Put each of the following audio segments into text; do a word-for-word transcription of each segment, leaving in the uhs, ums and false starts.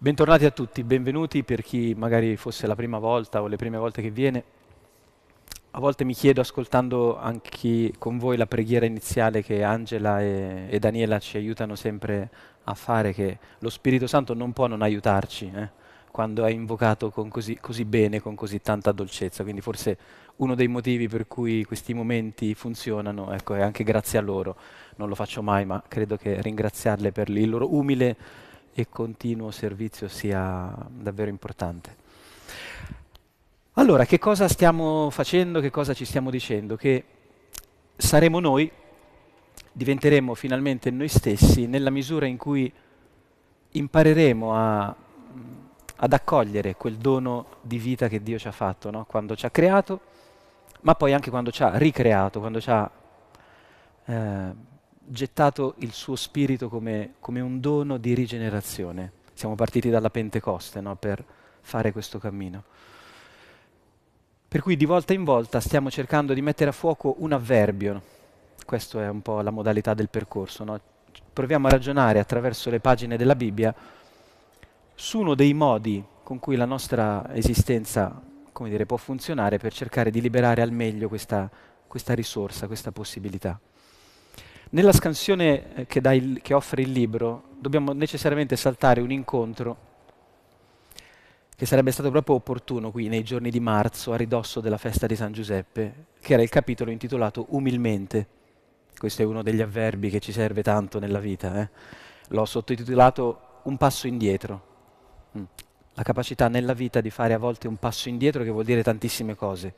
Bentornati a tutti, benvenuti per chi magari fosse la prima volta o le prime volte che viene. A volte mi chiedo, ascoltando anche con voi la preghiera iniziale che Angela e, e Daniela ci aiutano sempre a fare, che lo Spirito Santo non può non aiutarci, eh, quando è invocato con così, così bene, con così tanta dolcezza. Quindi forse uno dei motivi per cui questi momenti funzionano, ecco, è anche grazie a loro. Non lo faccio mai, ma credo che ringraziarle per il loro umile e continuo servizio sia davvero importante. Allora, che cosa stiamo facendo? Che cosa ci stiamo dicendo? Che saremo noi, diventeremo finalmente noi stessi nella misura in cui impareremo a, ad accogliere quel dono di vita che Dio ci ha fatto, no? Quando ci ha creato, ma poi anche quando ci ha ricreato, quando ci ha eh, gettato il suo spirito come, come un dono di rigenerazione. Siamo partiti dalla Pentecoste, no? Per fare questo cammino. Per cui di volta in volta stiamo cercando di mettere a fuoco un avverbio. Questa è un po' la modalità del percorso, no? Proviamo a ragionare attraverso le pagine della Bibbia su uno dei modi con cui la nostra esistenza, come dire, può funzionare per cercare di liberare al meglio questa, questa risorsa, questa possibilità. Nella scansione eh, che, dà il- che offre il libro dobbiamo necessariamente saltare un incontro che sarebbe stato proprio opportuno qui nei giorni di marzo, a ridosso della festa di San Giuseppe, che era il capitolo intitolato Umilmente. Questo è uno degli avverbi che ci serve tanto nella vita. Eh. L'ho sottotitolato Un passo indietro. Mm. La capacità nella vita di fare a volte un passo indietro che vuol dire tantissime cose.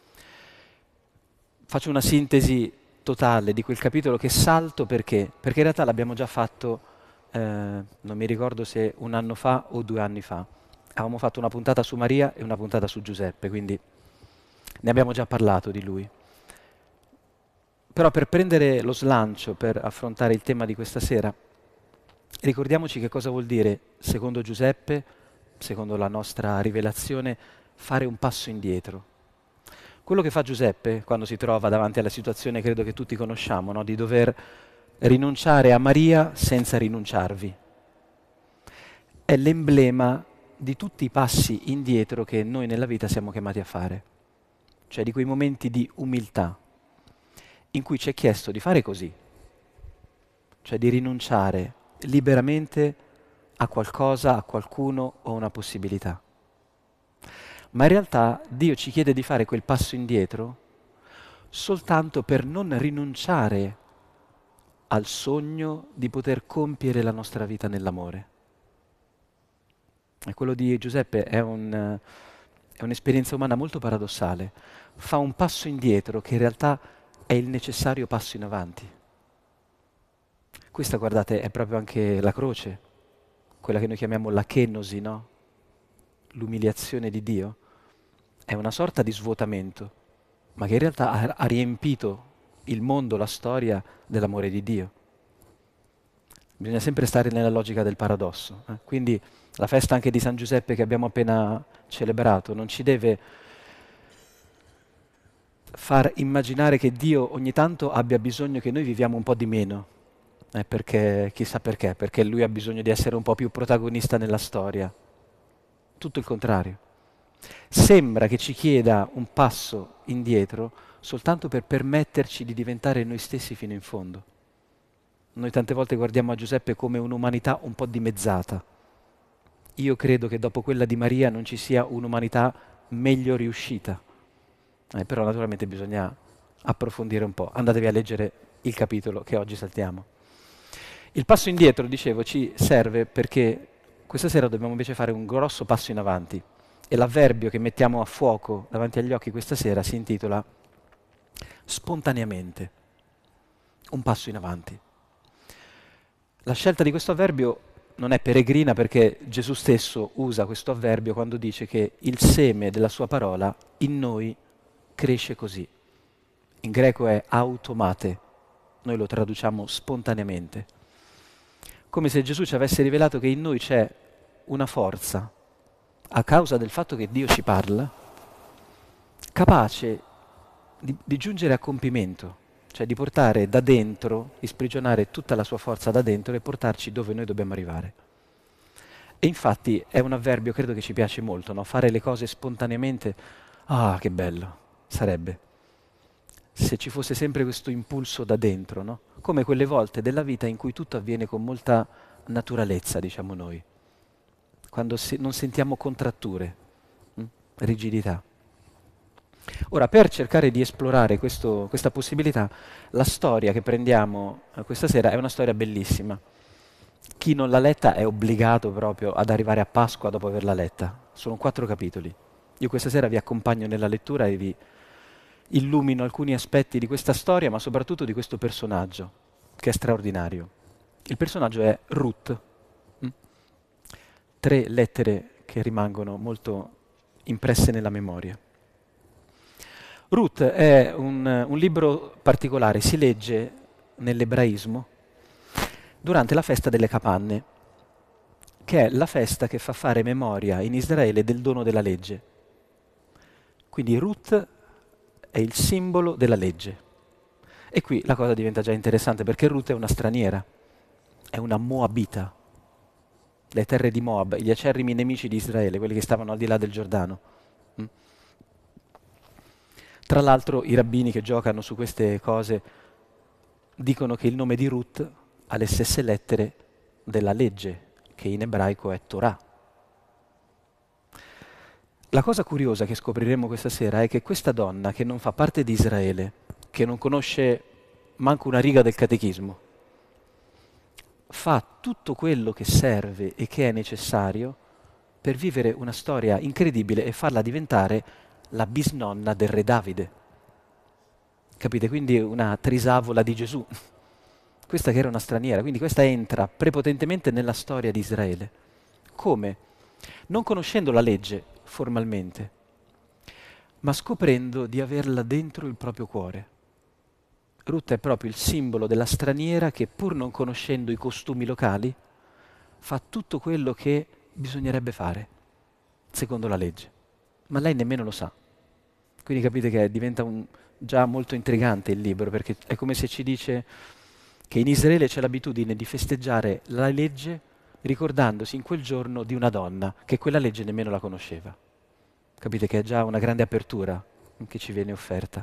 Faccio una sintesi totale di quel capitolo che salto perché? Perché in realtà l'abbiamo già fatto, eh, non mi ricordo se un anno fa o due anni fa. Avevamo fatto una puntata su Maria e una puntata su Giuseppe, quindi ne abbiamo già parlato di lui. Però per prendere lo slancio, per affrontare il tema di questa sera, ricordiamoci che cosa vuol dire, secondo Giuseppe, secondo la nostra rivelazione, fare un passo indietro. Quello che fa Giuseppe quando si trova davanti alla situazione, credo che tutti conosciamo, no? Di dover rinunciare a Maria senza rinunciarvi. È l'emblema di tutti i passi indietro che noi nella vita siamo chiamati a fare, cioè di quei momenti di umiltà in cui ci è chiesto di fare così, cioè di rinunciare liberamente a qualcosa, a qualcuno o a una possibilità. Ma in realtà Dio ci chiede di fare quel passo indietro soltanto per non rinunciare al sogno di poter compiere la nostra vita nell'amore. E quello di Giuseppe è un, è un'esperienza umana molto paradossale. Fa un passo indietro che in realtà è il necessario passo in avanti. Questa, guardate, è proprio anche la croce, quella che noi chiamiamo la kenosi, no? L'umiliazione di Dio. È una sorta di svuotamento, ma che in realtà ha, ha riempito il mondo, la storia dell'amore di Dio. Bisogna sempre stare nella logica del paradosso. Eh? Quindi la festa anche di San Giuseppe che abbiamo appena celebrato non ci deve far immaginare che Dio ogni tanto abbia bisogno che noi viviamo un po' di meno, eh, perché chissà perché, perché Lui ha bisogno di essere un po' più protagonista nella storia. Tutto il contrario. Sembra che ci chieda un passo indietro soltanto per permetterci di diventare noi stessi fino in fondo. Noi tante volte guardiamo a Giuseppe come un'umanità un po' dimezzata. Io credo che dopo quella di Maria non ci sia un'umanità meglio riuscita. Eh, però naturalmente bisogna approfondire un po'. Andatevi a leggere il capitolo che oggi saltiamo. Il passo indietro, dicevo, ci serve perché questa sera dobbiamo invece fare un grosso passo in avanti. E l'avverbio che mettiamo a fuoco davanti agli occhi questa sera si intitola spontaneamente. Un passo in avanti. La scelta di questo avverbio non è peregrina perché Gesù stesso usa questo avverbio quando dice che il seme della sua parola in noi cresce così. In greco è automate, noi lo traduciamo spontaneamente. Come se Gesù ci avesse rivelato che in noi c'è una forza, a causa del fatto che Dio ci parla, capace di, di giungere a compimento, cioè di portare da dentro, di sprigionare tutta la sua forza da dentro e portarci dove noi dobbiamo arrivare. E infatti è un avverbio, credo che ci piace molto, no? Fare le cose spontaneamente. Ah, che bello, sarebbe. Se ci fosse sempre questo impulso da dentro, no? Come quelle volte della vita in cui tutto avviene con molta naturalezza, diciamo noi, quando se- non sentiamo contratture, mm? rigidità. Ora, per cercare di esplorare questo- questa possibilità, la storia che prendiamo eh, questa sera è una storia bellissima. Chi non l'ha letta è obbligato proprio ad arrivare a Pasqua dopo averla letta. Sono quattro capitoli. Io questa sera vi accompagno nella lettura e vi illumino alcuni aspetti di questa storia, ma soprattutto di questo personaggio, che è straordinario. Il personaggio è Ruth. mm? Tre lettere che rimangono molto impresse nella memoria. Ruth è un, un libro particolare, si legge nell'ebraismo durante la festa delle capanne, che è la festa che fa fare memoria in Israele del dono della legge. Quindi Ruth è il simbolo della legge. E qui la cosa diventa già interessante perché Ruth è una straniera, è una Moabita, le terre di Moab, gli acerrimi nemici di Israele, quelli che stavano al di là del Giordano. Mm? Tra l'altro i rabbini che giocano su queste cose dicono che il nome di Ruth ha le stesse lettere della legge, che in ebraico è Torah. La cosa curiosa che scopriremo questa sera è che questa donna, che non fa parte di Israele, che non conosce manco una riga del catechismo, fa tutto quello che serve e che è necessario per vivere una storia incredibile e farla diventare la bisnonna del re Davide. Capite? Quindi una trisavola di Gesù. Questa che era una straniera, quindi questa entra prepotentemente nella storia di Israele. Come? Non conoscendo la legge formalmente, ma scoprendo di averla dentro il proprio cuore. Ruth è proprio il simbolo della straniera che, pur non conoscendo i costumi locali, fa tutto quello che bisognerebbe fare, secondo la legge. Ma lei nemmeno lo sa. Quindi capite che diventa un, già molto intrigante il libro, perché è come se ci dice che in Israele c'è l'abitudine di festeggiare la legge ricordandosi in quel giorno di una donna che quella legge nemmeno la conosceva. Capite che è già una grande apertura che ci viene offerta.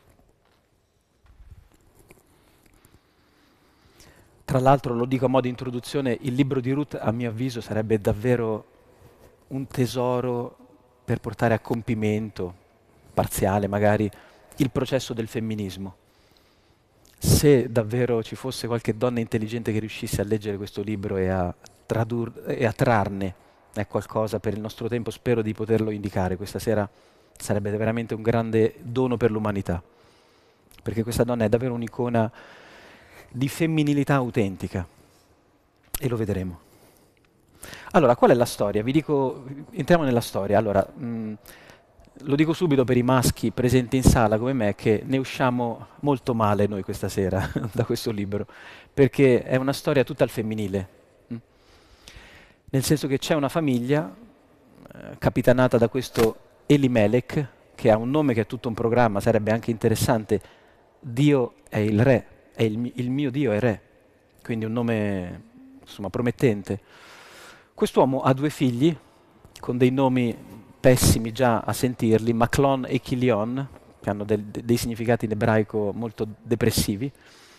Tra l'altro, lo dico a modo di introduzione, il libro di Ruth, a mio avviso, sarebbe davvero un tesoro per portare a compimento, parziale magari, il processo del femminismo. Se davvero ci fosse qualche donna intelligente che riuscisse a leggere questo libro e a, tradur- e a trarne eh, qualcosa per il nostro tempo, spero di poterlo indicare questa sera, sarebbe veramente un grande dono per l'umanità, perché questa donna è davvero un'icona di femminilità autentica, e lo vedremo. Allora, qual è la storia? Vi dico, entriamo nella storia. Allora, mh, lo dico subito per i maschi presenti in sala come me, che ne usciamo molto male noi questa sera da questo libro, perché è una storia tutta al femminile. mh. Nel senso che c'è una famiglia eh, capitanata da questo Elimelech, che ha un nome che è tutto un programma, sarebbe anche interessante. Dio è il re, è il, mi- il mio Dio è re, quindi un nome insomma promettente. Quest'uomo ha due figli con dei nomi pessimi già a sentirli, Maclon e Chilion, che hanno del- de- dei significati in ebraico molto depressivi,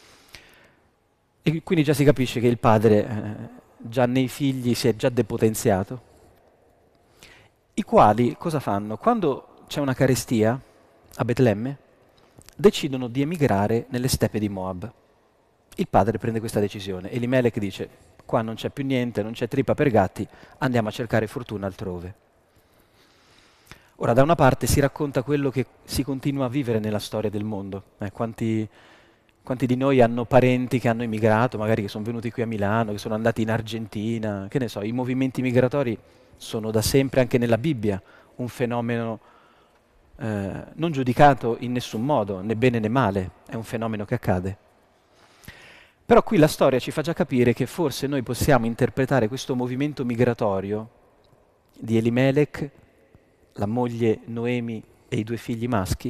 e quindi già si capisce che il padre eh, già nei figli si è già depotenziato, i quali cosa fanno? Quando c'è una carestia a Betlemme, decidono di emigrare nelle steppe di Moab. Il padre prende questa decisione. Elimelech dice: qua non c'è più niente, non c'è trippa per gatti, andiamo a cercare fortuna altrove. Ora, da una parte si racconta quello che si continua a vivere nella storia del mondo. Eh, quanti, quanti di noi hanno parenti che hanno emigrato, magari che sono venuti qui a Milano, che sono andati in Argentina, che ne so, i movimenti migratori sono da sempre anche nella Bibbia un fenomeno eh, non giudicato in nessun modo, né bene né male, è un fenomeno che accade. Però qui la storia ci fa già capire che forse noi possiamo interpretare questo movimento migratorio di Elimelech, la moglie Noemi e i due figli maschi,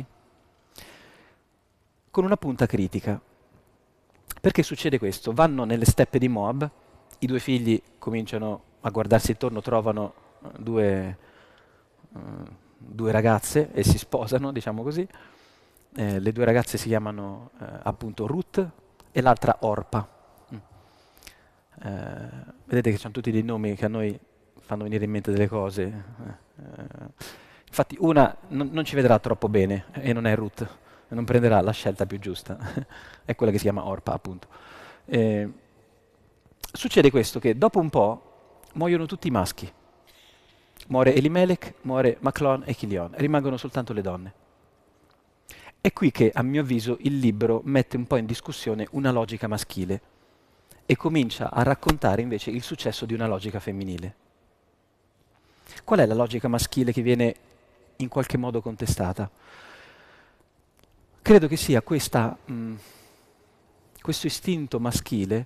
con una punta critica. Perché succede questo? Vanno nelle steppe di Moab, i due figli cominciano a guardarsi intorno trovano eh, due, eh, due ragazze e si sposano, diciamo così. Eh, le due ragazze si chiamano eh, appunto Ruth e l'altra Orpa. Mm. Eh, vedete che hanno tutti dei nomi che a noi fanno venire in mente delle cose. Eh, eh, infatti una non, non ci vedrà troppo bene e non è Ruth, non prenderà la scelta più giusta, è quella che si chiama Orpa, appunto. Eh, succede questo, che dopo un po' muoiono tutti i maschi. Muore Elimelech, muore Maclon e Chilion, rimangono soltanto le donne. È qui che, a mio avviso, il libro mette un po' in discussione una logica maschile e comincia a raccontare invece il successo di una logica femminile. Qual è la logica maschile che viene in qualche modo contestata? Credo che sia questa, mh, questo istinto maschile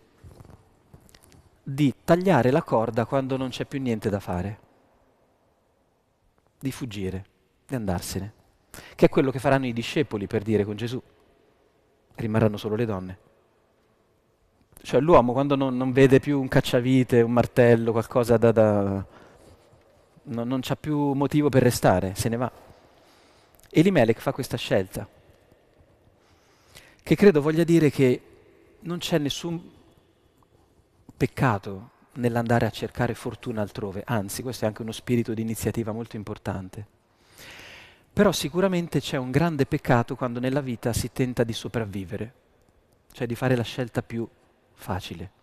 di tagliare la corda quando non c'è più niente da fare, di fuggire, di andarsene, che è quello che faranno i discepoli, per dire, con Gesù. Rimarranno solo le donne. Cioè l'uomo quando non, non vede più un cacciavite, un martello, qualcosa da... da non, non c'ha più motivo per restare, se ne va. Elimelech fa questa scelta, che credo voglia dire che non c'è nessun peccato nell'andare a cercare fortuna altrove, anzi questo è anche uno spirito di iniziativa molto importante. Però sicuramente c'è un grande peccato quando nella vita si tenta di sopravvivere, cioè di fare la scelta più facile.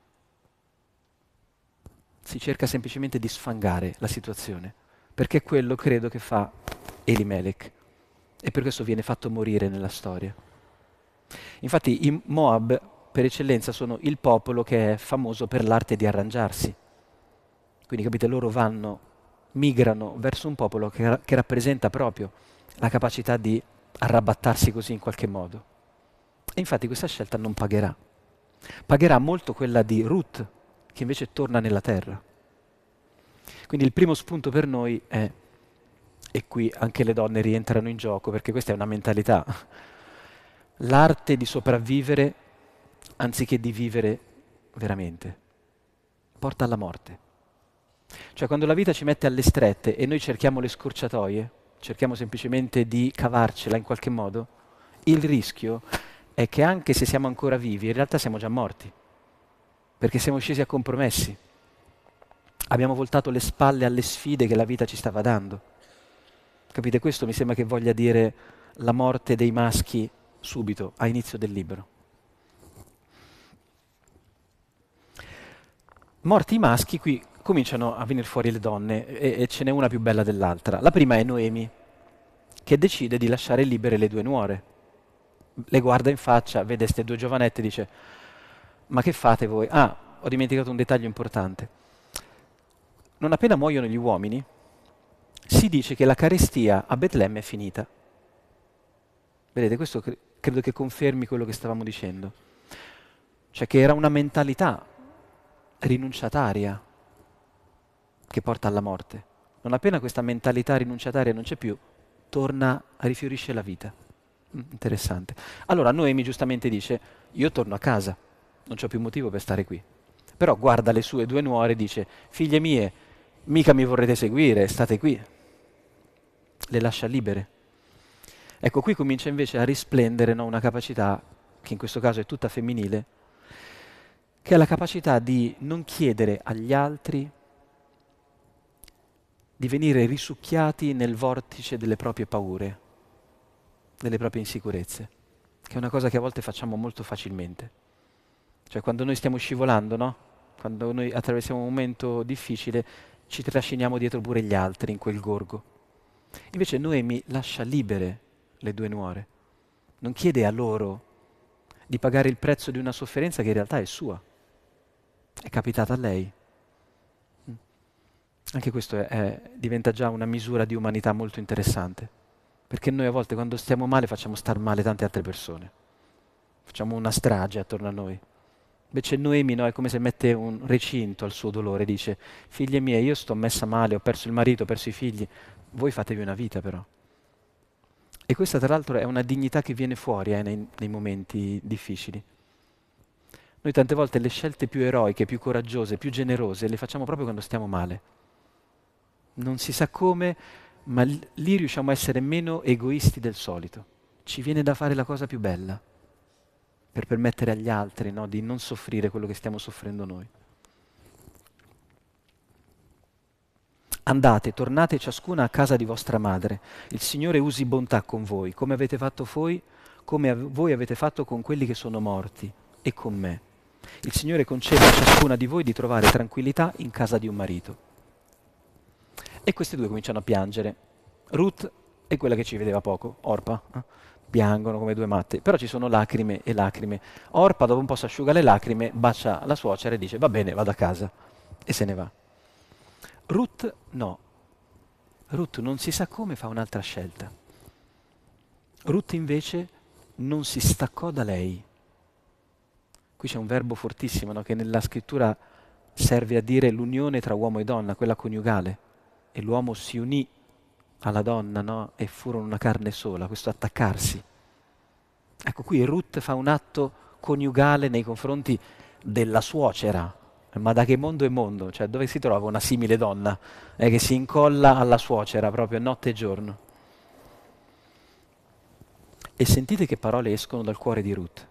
Si cerca semplicemente di sfangare la situazione, perché è quello credo che fa Elimelech e per questo viene fatto morire nella storia. Infatti i Moab per eccellenza sono il popolo che è famoso per l'arte di arrangiarsi. Quindi capite, loro vanno, migrano verso un popolo che, ra- che rappresenta proprio la capacità di arrabattarsi così in qualche modo. E infatti questa scelta non pagherà. Pagherà molto quella di Ruth, che invece torna nella terra. Quindi il primo spunto per noi è, e qui anche le donne rientrano in gioco, perché questa è una mentalità, l'arte di sopravvivere anziché di vivere veramente, porta alla morte. Cioè quando la vita ci mette alle strette e noi cerchiamo le scorciatoie, cerchiamo semplicemente di cavarcela in qualche modo, il rischio è che anche se siamo ancora vivi, in realtà siamo già morti, perché siamo scesi a compromessi. Abbiamo voltato le spalle alle sfide che la vita ci stava dando. Capite? Questo mi sembra che voglia dire la morte dei maschi subito, a inizio del libro. Morti i maschi, qui cominciano a venire fuori le donne e, e ce n'è una più bella dell'altra. La prima è Noemi, che decide di lasciare libere le due nuore. Le guarda in faccia, vede queste due giovanette e dice: ma che fate voi? Ah, ho dimenticato un dettaglio importante. Non appena muoiono gli uomini, si dice che la carestia a Betlemme è finita. Vedete, questo cre- credo che confermi quello che stavamo dicendo. Cioè che era una mentalità rinunciataria che porta alla morte. Non appena questa mentalità rinunciataria non c'è più, torna, rifiorisce la vita. Mm, interessante. Allora Noemi giustamente dice: io torno a casa, non c'ho più motivo per stare qui. Però guarda le sue due nuore e dice: figlie mie, mica mi vorrete seguire, state qui. Le lascia libere. Ecco, qui comincia invece a risplendere, no, una capacità, che in questo caso è tutta femminile, che è la capacità di non chiedere agli altri di venire risucchiati nel vortice delle proprie paure, delle proprie insicurezze, che è una cosa che a volte facciamo molto facilmente. Cioè quando noi stiamo scivolando, no? Quando noi attraversiamo un momento difficile, ci trasciniamo dietro pure gli altri in quel gorgo. Invece Noemi lascia libere le due nuore, non chiede a loro di pagare il prezzo di una sofferenza che in realtà è sua, è capitata a lei. Mm. Anche questo è, è- diventa già una misura di umanità molto interessante, perché noi a volte quando stiamo male facciamo star male tante altre persone, facciamo una strage attorno a noi. Invece Noemi, no, è come se mette un recinto al suo dolore, dice: figlie mie, io sto messa male, ho perso il marito, ho perso i figli, voi fatevi una vita però. E questa tra l'altro è una dignità che viene fuori eh, nei, nei momenti difficili. Noi tante volte le scelte più eroiche, più coraggiose, più generose le facciamo proprio quando stiamo male. Non si sa come, ma l- lì riusciamo a essere meno egoisti del solito. Ci viene da fare la cosa più bella, per permettere agli altri, no, di non soffrire quello che stiamo soffrendo noi. Andate, tornate ciascuna a casa di vostra madre. Il Signore usi bontà con voi, come avete fatto voi, come av- voi avete fatto con quelli che sono morti e con me. Il Signore conceda a ciascuna di voi di trovare tranquillità in casa di un marito. E queste due cominciano a piangere. Ruth è quella che ci vedeva poco, Orpa. eh? Piangono come due matte, però ci sono lacrime e lacrime. Orpa dopo un po' si asciuga le lacrime, bacia la suocera e dice va bene, vado a casa e se ne va. Ruth no, Ruth non si sa come fa un'altra scelta. Ruth invece non si staccò da lei. Qui c'è un verbo fortissimo, no, che nella scrittura serve a dire l'unione tra uomo e donna, quella coniugale. E l'uomo si unì alla donna, no? E furono una carne sola, questo attaccarsi. Ecco, qui Ruth fa un atto coniugale nei confronti della suocera. Ma da che mondo è mondo? Cioè, dove si trova una simile donna eh, che si incolla alla suocera proprio notte e giorno? E sentite che parole escono dal cuore di Ruth.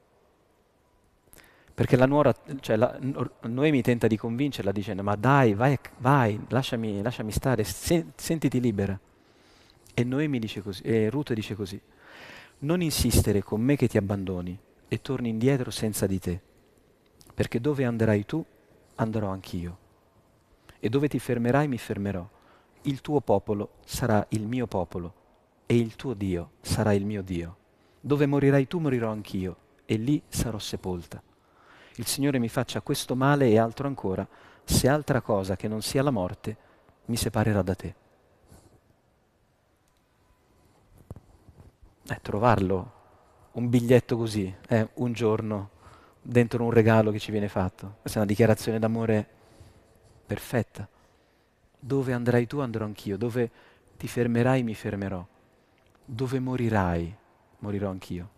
Perché la nuora, cioè la, Noemi tenta di convincerla dicendo ma dai, vai, vai lasciami, lasciami stare, sen- sentiti libera. E Noemi dice così, e Ruth dice così, non insistere con me che ti abbandoni e torni indietro senza di te, perché dove andrai tu, andrò anch'io. E dove ti fermerai, mi fermerò. Il tuo popolo sarà il mio popolo e il tuo Dio sarà il mio Dio. Dove morirai tu, morirò anch'io e lì sarò sepolta. Il Signore mi faccia questo male e altro ancora, se altra cosa che non sia la morte mi separerà da te. Eh, trovarlo, un biglietto così, eh, un giorno, dentro un regalo che ci viene fatto. Questa è una dichiarazione d'amore perfetta. Dove andrai tu andrò anch'io, dove ti fermerai mi fermerò, dove morirai morirò anch'io.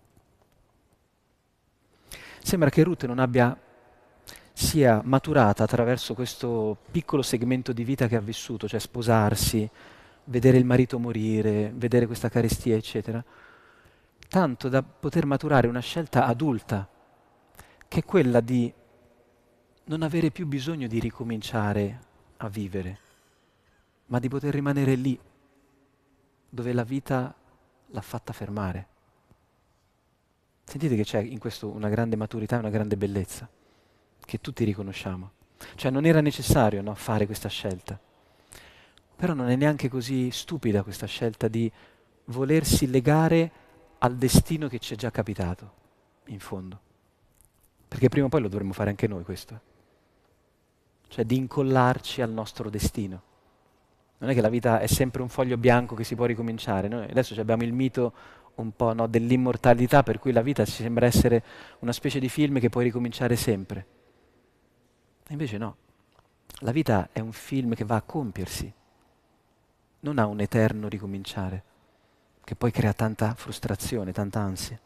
Sembra che Ruth non abbia sia maturata attraverso questo piccolo segmento di vita che ha vissuto, cioè sposarsi, vedere il marito morire, vedere questa carestia, eccetera, tanto da poter maturare una scelta adulta, che è quella di non avere più bisogno di ricominciare a vivere, ma di poter rimanere lì, dove la vita l'ha fatta fermare. Sentite che c'è in questo una grande maturità e una grande bellezza, che tutti riconosciamo. Cioè non era necessario, no, fare questa scelta, però non è neanche così stupida questa scelta di volersi legare al destino che ci è già capitato, in fondo. Perché prima o poi lo dovremmo fare anche noi questo, eh. Cioè di incollarci al nostro destino. Non è che la vita è sempre un foglio bianco che si può ricominciare. Noi adesso abbiamo il mito un po', no, dell'immortalità, per cui la vita ci sembra essere una specie di film che puoi ricominciare sempre. E invece no, la vita è un film che va a compiersi, non ha un eterno ricominciare, che poi crea tanta frustrazione, tanta ansia.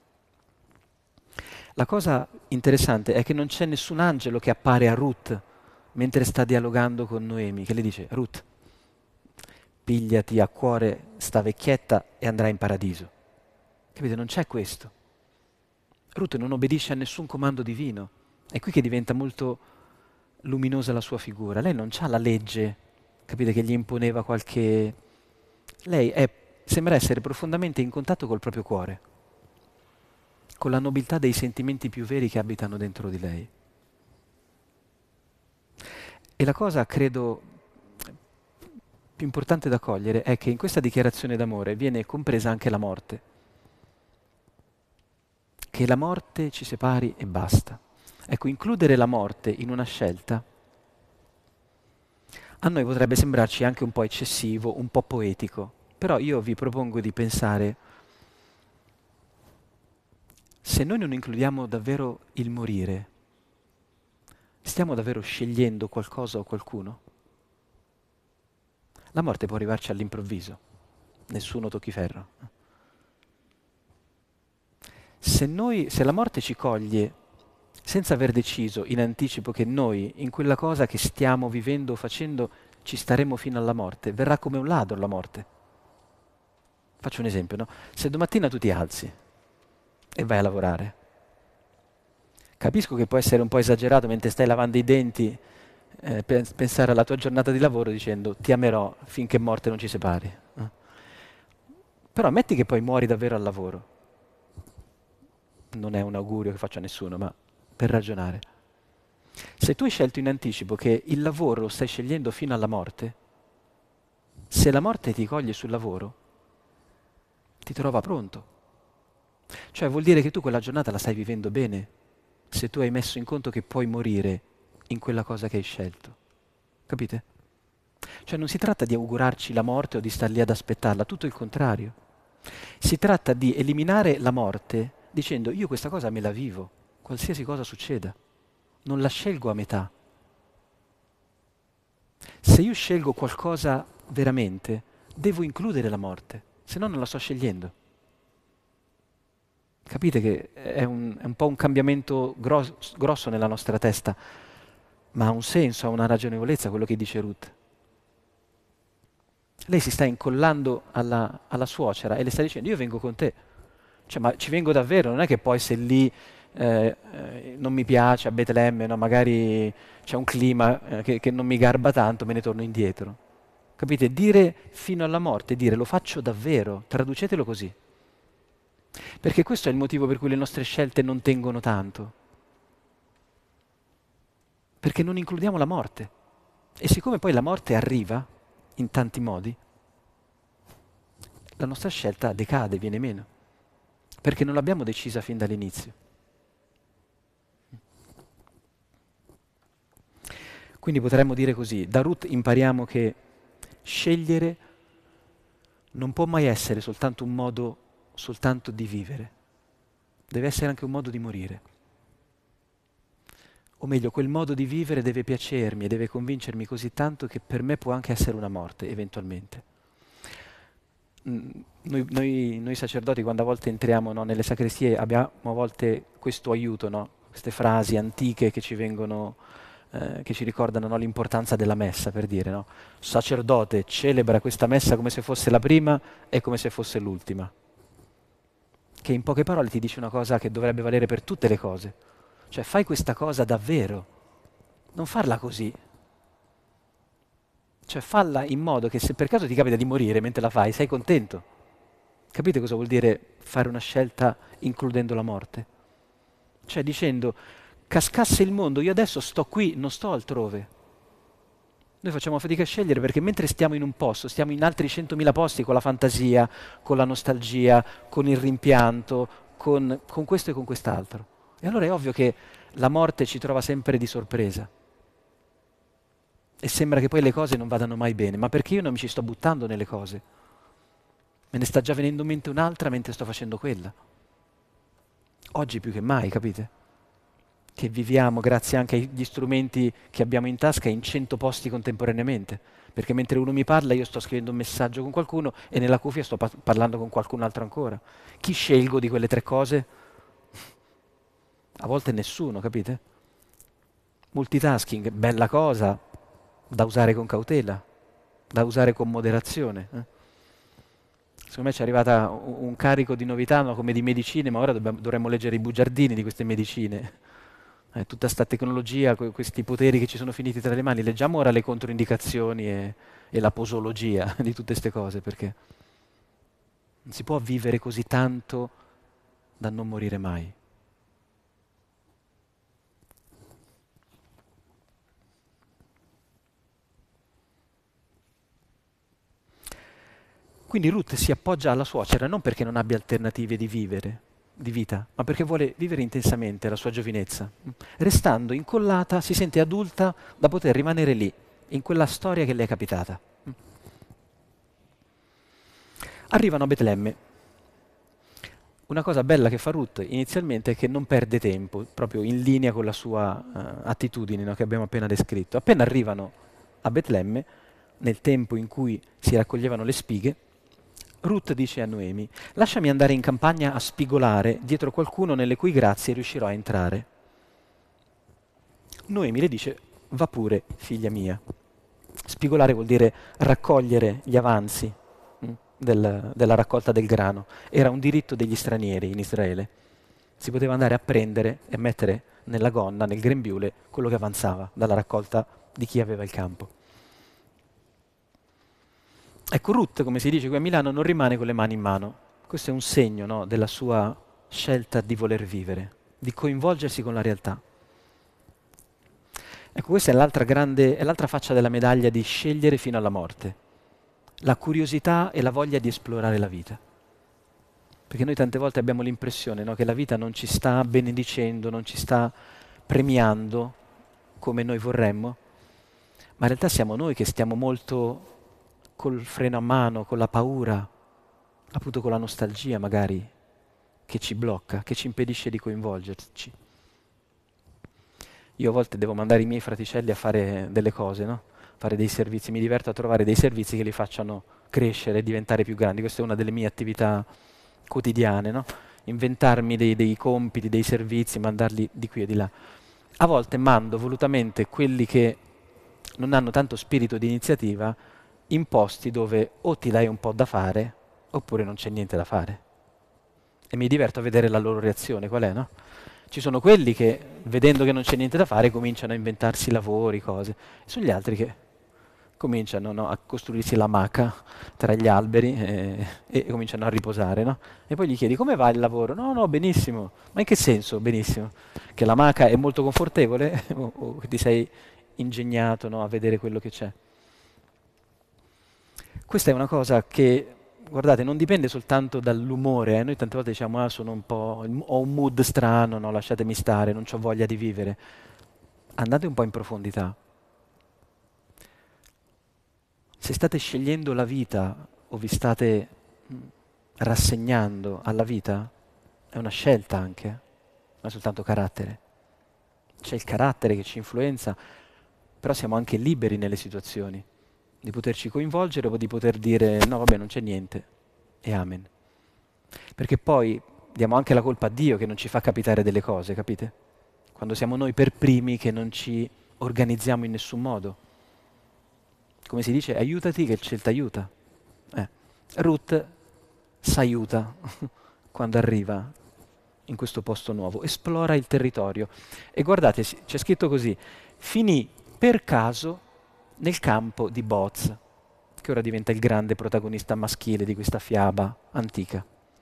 La cosa interessante è che non c'è nessun angelo che appare a Ruth mentre sta dialogando con Noemi, che le dice, Ruth, pigliati a cuore sta vecchietta e andrai in paradiso. Capite? Non c'è questo. Ruth non obbedisce a nessun comando divino. È qui che diventa molto luminosa la sua figura. Lei non ha la legge, capite, che gli imponeva qualche... Lei è, sembra essere profondamente in contatto col proprio cuore, con la nobiltà dei sentimenti più veri che abitano dentro di lei. E la cosa, credo, più importante da cogliere è che in questa dichiarazione d'amore viene compresa anche la morte. Che la morte ci separi e basta. Ecco, includere la morte in una scelta a noi potrebbe sembrarci anche un po' eccessivo, un po' poetico, però io vi propongo di pensare, se noi non includiamo davvero il morire, stiamo davvero scegliendo qualcosa o qualcuno? La morte può arrivarci all'improvviso, nessuno tocchi ferro. Se noi, se la morte ci coglie senza aver deciso in anticipo che noi in quella cosa che stiamo vivendo o facendo ci staremo fino alla morte, verrà come un ladro la morte. Faccio un esempio, no? Se domattina tu ti alzi e vai a lavorare, capisco che può essere un po' esagerato mentre stai lavando i denti eh, pe- pensare alla tua giornata di lavoro dicendo ti amerò finché morte non ci separi. eh. Però ammetti che poi muori davvero al lavoro. Non è un augurio che faccio a nessuno, ma per ragionare. Se tu hai scelto in anticipo che il lavoro lo stai scegliendo fino alla morte, se la morte ti coglie sul lavoro, ti trova pronto. Cioè vuol dire che tu quella giornata la stai vivendo bene, se tu hai messo in conto che puoi morire in quella cosa che hai scelto. Capite? Cioè non si tratta di augurarci la morte o di star lì ad aspettarla, tutto il contrario. Si tratta di eliminare la morte dicendo io questa cosa me la vivo, qualsiasi cosa succeda, non la scelgo a metà. Se io scelgo qualcosa veramente, devo includere la morte, se no non la sto scegliendo. Capite che è un, è un po' un cambiamento gros- grosso nella nostra testa, ma ha un senso, ha una ragionevolezza quello che dice Ruth. Lei si sta incollando alla, alla suocera e le sta dicendo io vengo con te. Cioè, ma ci vengo davvero, non è che poi se lì eh, eh, non mi piace a Betlemme, no, magari c'è un clima eh, che, che non mi garba tanto, me ne torno indietro. Capite? Dire fino alla morte, dire lo faccio davvero, traducetelo così. Perché questo è il motivo per cui le nostre scelte non tengono tanto. Perché non includiamo la morte. E siccome poi la morte arriva in tanti modi, la nostra scelta decade, viene meno. Perché non l'abbiamo decisa fin dall'inizio. Quindi potremmo dire così, da Ruth impariamo che scegliere non può mai essere soltanto un modo soltanto di vivere, deve essere anche un modo di morire. O meglio, quel modo di vivere deve piacermi e deve convincermi così tanto che per me può anche essere una morte, eventualmente. Mm, Noi, noi- noi sacerdoti quando a volte entriamo, no, nelle sacrestie abbiamo a volte questo aiuto, no? Queste frasi antiche che ci vengono, eh, che ci ricordano, no, l'importanza della messa, per dire, no? Sacerdote, celebra questa messa come se fosse la prima e come se fosse l'ultima. Che in poche parole ti dice una cosa che dovrebbe valere per tutte le cose. Cioè fai questa cosa davvero, non farla così. Cioè falla in modo che se per caso ti capita di morire mentre la fai, sei contento. Capite cosa vuol dire fare una scelta includendo la morte? Cioè dicendo, cascasse il mondo, io adesso sto qui, non sto altrove. Noi facciamo fatica a scegliere perché mentre stiamo in un posto, stiamo in altri centomila posti con la fantasia, con la nostalgia, con il rimpianto, con, con questo e con quest'altro. E allora è ovvio che la morte ci trova sempre di sorpresa. E sembra che poi le cose non vadano mai bene, ma perché io non mi ci sto buttando nelle cose? Me ne sta già venendo in mente un'altra mentre sto facendo quella. Oggi più che mai, capite? Che viviamo grazie anche agli strumenti che abbiamo in tasca in cento posti contemporaneamente. Perché mentre uno mi parla io sto scrivendo un messaggio con qualcuno e nella cuffia sto pa- parlando con qualcun altro ancora. Chi scelgo di quelle tre cose? A volte nessuno, capite? Multitasking, bella cosa, da usare con cautela, da usare con moderazione. eh. Secondo me ci è arrivata un, un carico di novità, no, come di medicine, ma ora dobbiamo- dovremmo leggere i bugiardini di queste medicine. Eh, tutta questa tecnologia, que- questi poteri che ci sono finiti tra le mani. Leggiamo ora le controindicazioni e, e la posologia di tutte queste cose, perché non si può vivere così tanto da non morire mai. Quindi Ruth si appoggia alla suocera non perché non abbia alternative di vivere, di vita, ma perché vuole vivere intensamente la sua giovinezza. Restando incollata, si sente adulta da poter rimanere lì, in quella storia che le è capitata. Arrivano a Betlemme. Una cosa bella che fa Ruth inizialmente è che non perde tempo, proprio in linea con la sua eh, attitudine, no, che abbiamo appena descritto. Appena arrivano a Betlemme, nel tempo in cui si raccoglievano le spighe, Ruth dice a Noemi, lasciami andare in campagna a spigolare dietro qualcuno nelle cui grazie riuscirò a entrare. Noemi le dice, va pure, figlia mia. Spigolare vuol dire raccogliere gli avanzi mh, del- della raccolta del grano. Era un diritto degli stranieri in Israele. Si poteva andare a prendere e mettere nella gonna, nel grembiule, quello che avanzava dalla raccolta di chi aveva il campo. Ecco, Ruth, come si dice qui a Milano, non rimane con le mani in mano. Questo è un segno, no, della sua scelta di voler vivere, di coinvolgersi con la realtà. Ecco, questa è l'altra grande, è l'altra faccia della medaglia di scegliere fino alla morte. La curiosità e la voglia di esplorare la vita. Perché noi tante volte abbiamo l'impressione, no, che la vita non ci sta benedicendo, non ci sta premiando come noi vorremmo, ma in realtà siamo noi che stiamo molto col freno a mano, con la paura, appunto con la nostalgia magari, che ci blocca, che ci impedisce di coinvolgerci. Io a volte devo mandare i miei fraticelli a fare delle cose, no? Fare dei servizi, mi diverto a trovare dei servizi che li facciano crescere e diventare più grandi. Questa è una delle mie attività quotidiane, no? Inventarmi dei, dei compiti, dei servizi, mandarli di qui e di là. A volte mando volutamente quelli che non hanno tanto spirito di iniziativa in posti dove o ti dai un po' da fare oppure non c'è niente da fare. E mi diverto a vedere la loro reazione, qual è, no? Ci sono quelli che, vedendo che non c'è niente da fare, cominciano a inventarsi lavori, cose. E sono gli altri che cominciano, no, a costruirsi l'amaca tra gli alberi e, e cominciano a riposare, no? E poi gli chiedi come va il lavoro? No, no, benissimo. Ma in che senso benissimo? Che l'amaca è molto confortevole o, o che ti sei ingegnato, no, a vedere quello che c'è? Questa è una cosa che, guardate, non dipende soltanto dall'umore. eh. Noi tante volte diciamo, ah, sono un po', ho un mood strano, no, lasciatemi stare, non ho voglia di vivere. Andate un po' in profondità. Se state scegliendo la vita o vi state mh, rassegnando alla vita, è una scelta anche, non è soltanto carattere. C'è il carattere che ci influenza, però siamo anche liberi nelle situazioni di poterci coinvolgere o di poter dire no, vabbè, non c'è niente e amen. Perché poi diamo anche la colpa a Dio che non ci fa capitare delle cose, capite? Quando siamo noi per primi che non ci organizziamo in nessun modo. Come si dice, aiutati che il cielo ti aiuta. Eh. Ruth s'aiuta quando arriva in questo posto nuovo, esplora il territorio. E guardate, c'è scritto così, finì per caso nel campo di Boz, che ora diventa il grande protagonista maschile di questa fiaba antica.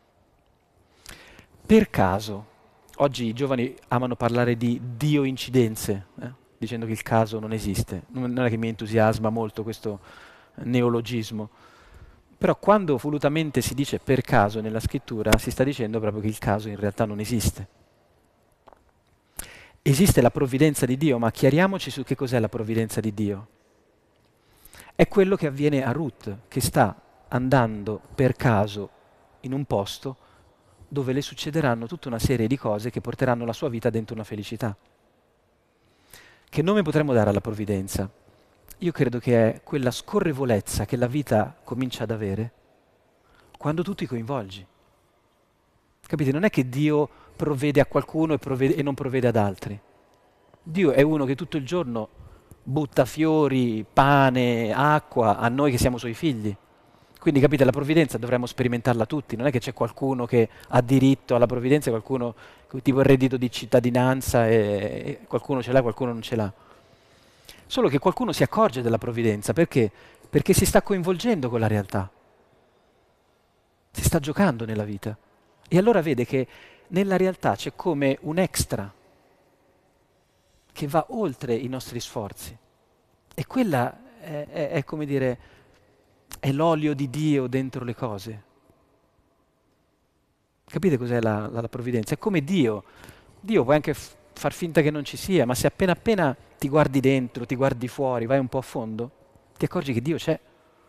Per caso, oggi i giovani amano parlare di dio-incidenze, eh, dicendo che il caso non esiste. Non è che mi entusiasma molto questo neologismo, però quando volutamente si dice per caso nella scrittura, si sta dicendo proprio che il caso in realtà non esiste. Esiste la provvidenza di Dio, ma chiariamoci su che cos'è la provvidenza di Dio. È quello che avviene a Ruth, che sta andando per caso in un posto dove le succederanno tutta una serie di cose che porteranno la sua vita dentro una felicità. Che nome potremmo dare alla provvidenza? Io credo che è quella scorrevolezza che la vita comincia ad avere quando tu ti coinvolgi. Capite? Non è che Dio provvede a qualcuno e, provvede, e non provvede ad altri. Dio è uno che tutto il giorno butta fiori, pane, acqua a noi che siamo suoi figli. Quindi capite, la provvidenza dovremmo sperimentarla tutti, non è che c'è qualcuno che ha diritto alla provvidenza, qualcuno tipo il reddito di cittadinanza e, e qualcuno ce l'ha, qualcuno non ce l'ha. Solo che qualcuno si accorge della provvidenza, perché? Perché si sta coinvolgendo con la realtà, si sta giocando nella vita. E allora vede che nella realtà c'è come un extra che va oltre i nostri sforzi. E quella è, è, è come dire, è l'olio di Dio dentro le cose. Capite cos'è la, la, la provvidenza? È come Dio. Dio puoi anche f- far finta che non ci sia, ma se appena appena ti guardi dentro, ti guardi fuori, vai un po' a fondo, ti accorgi che Dio c'è.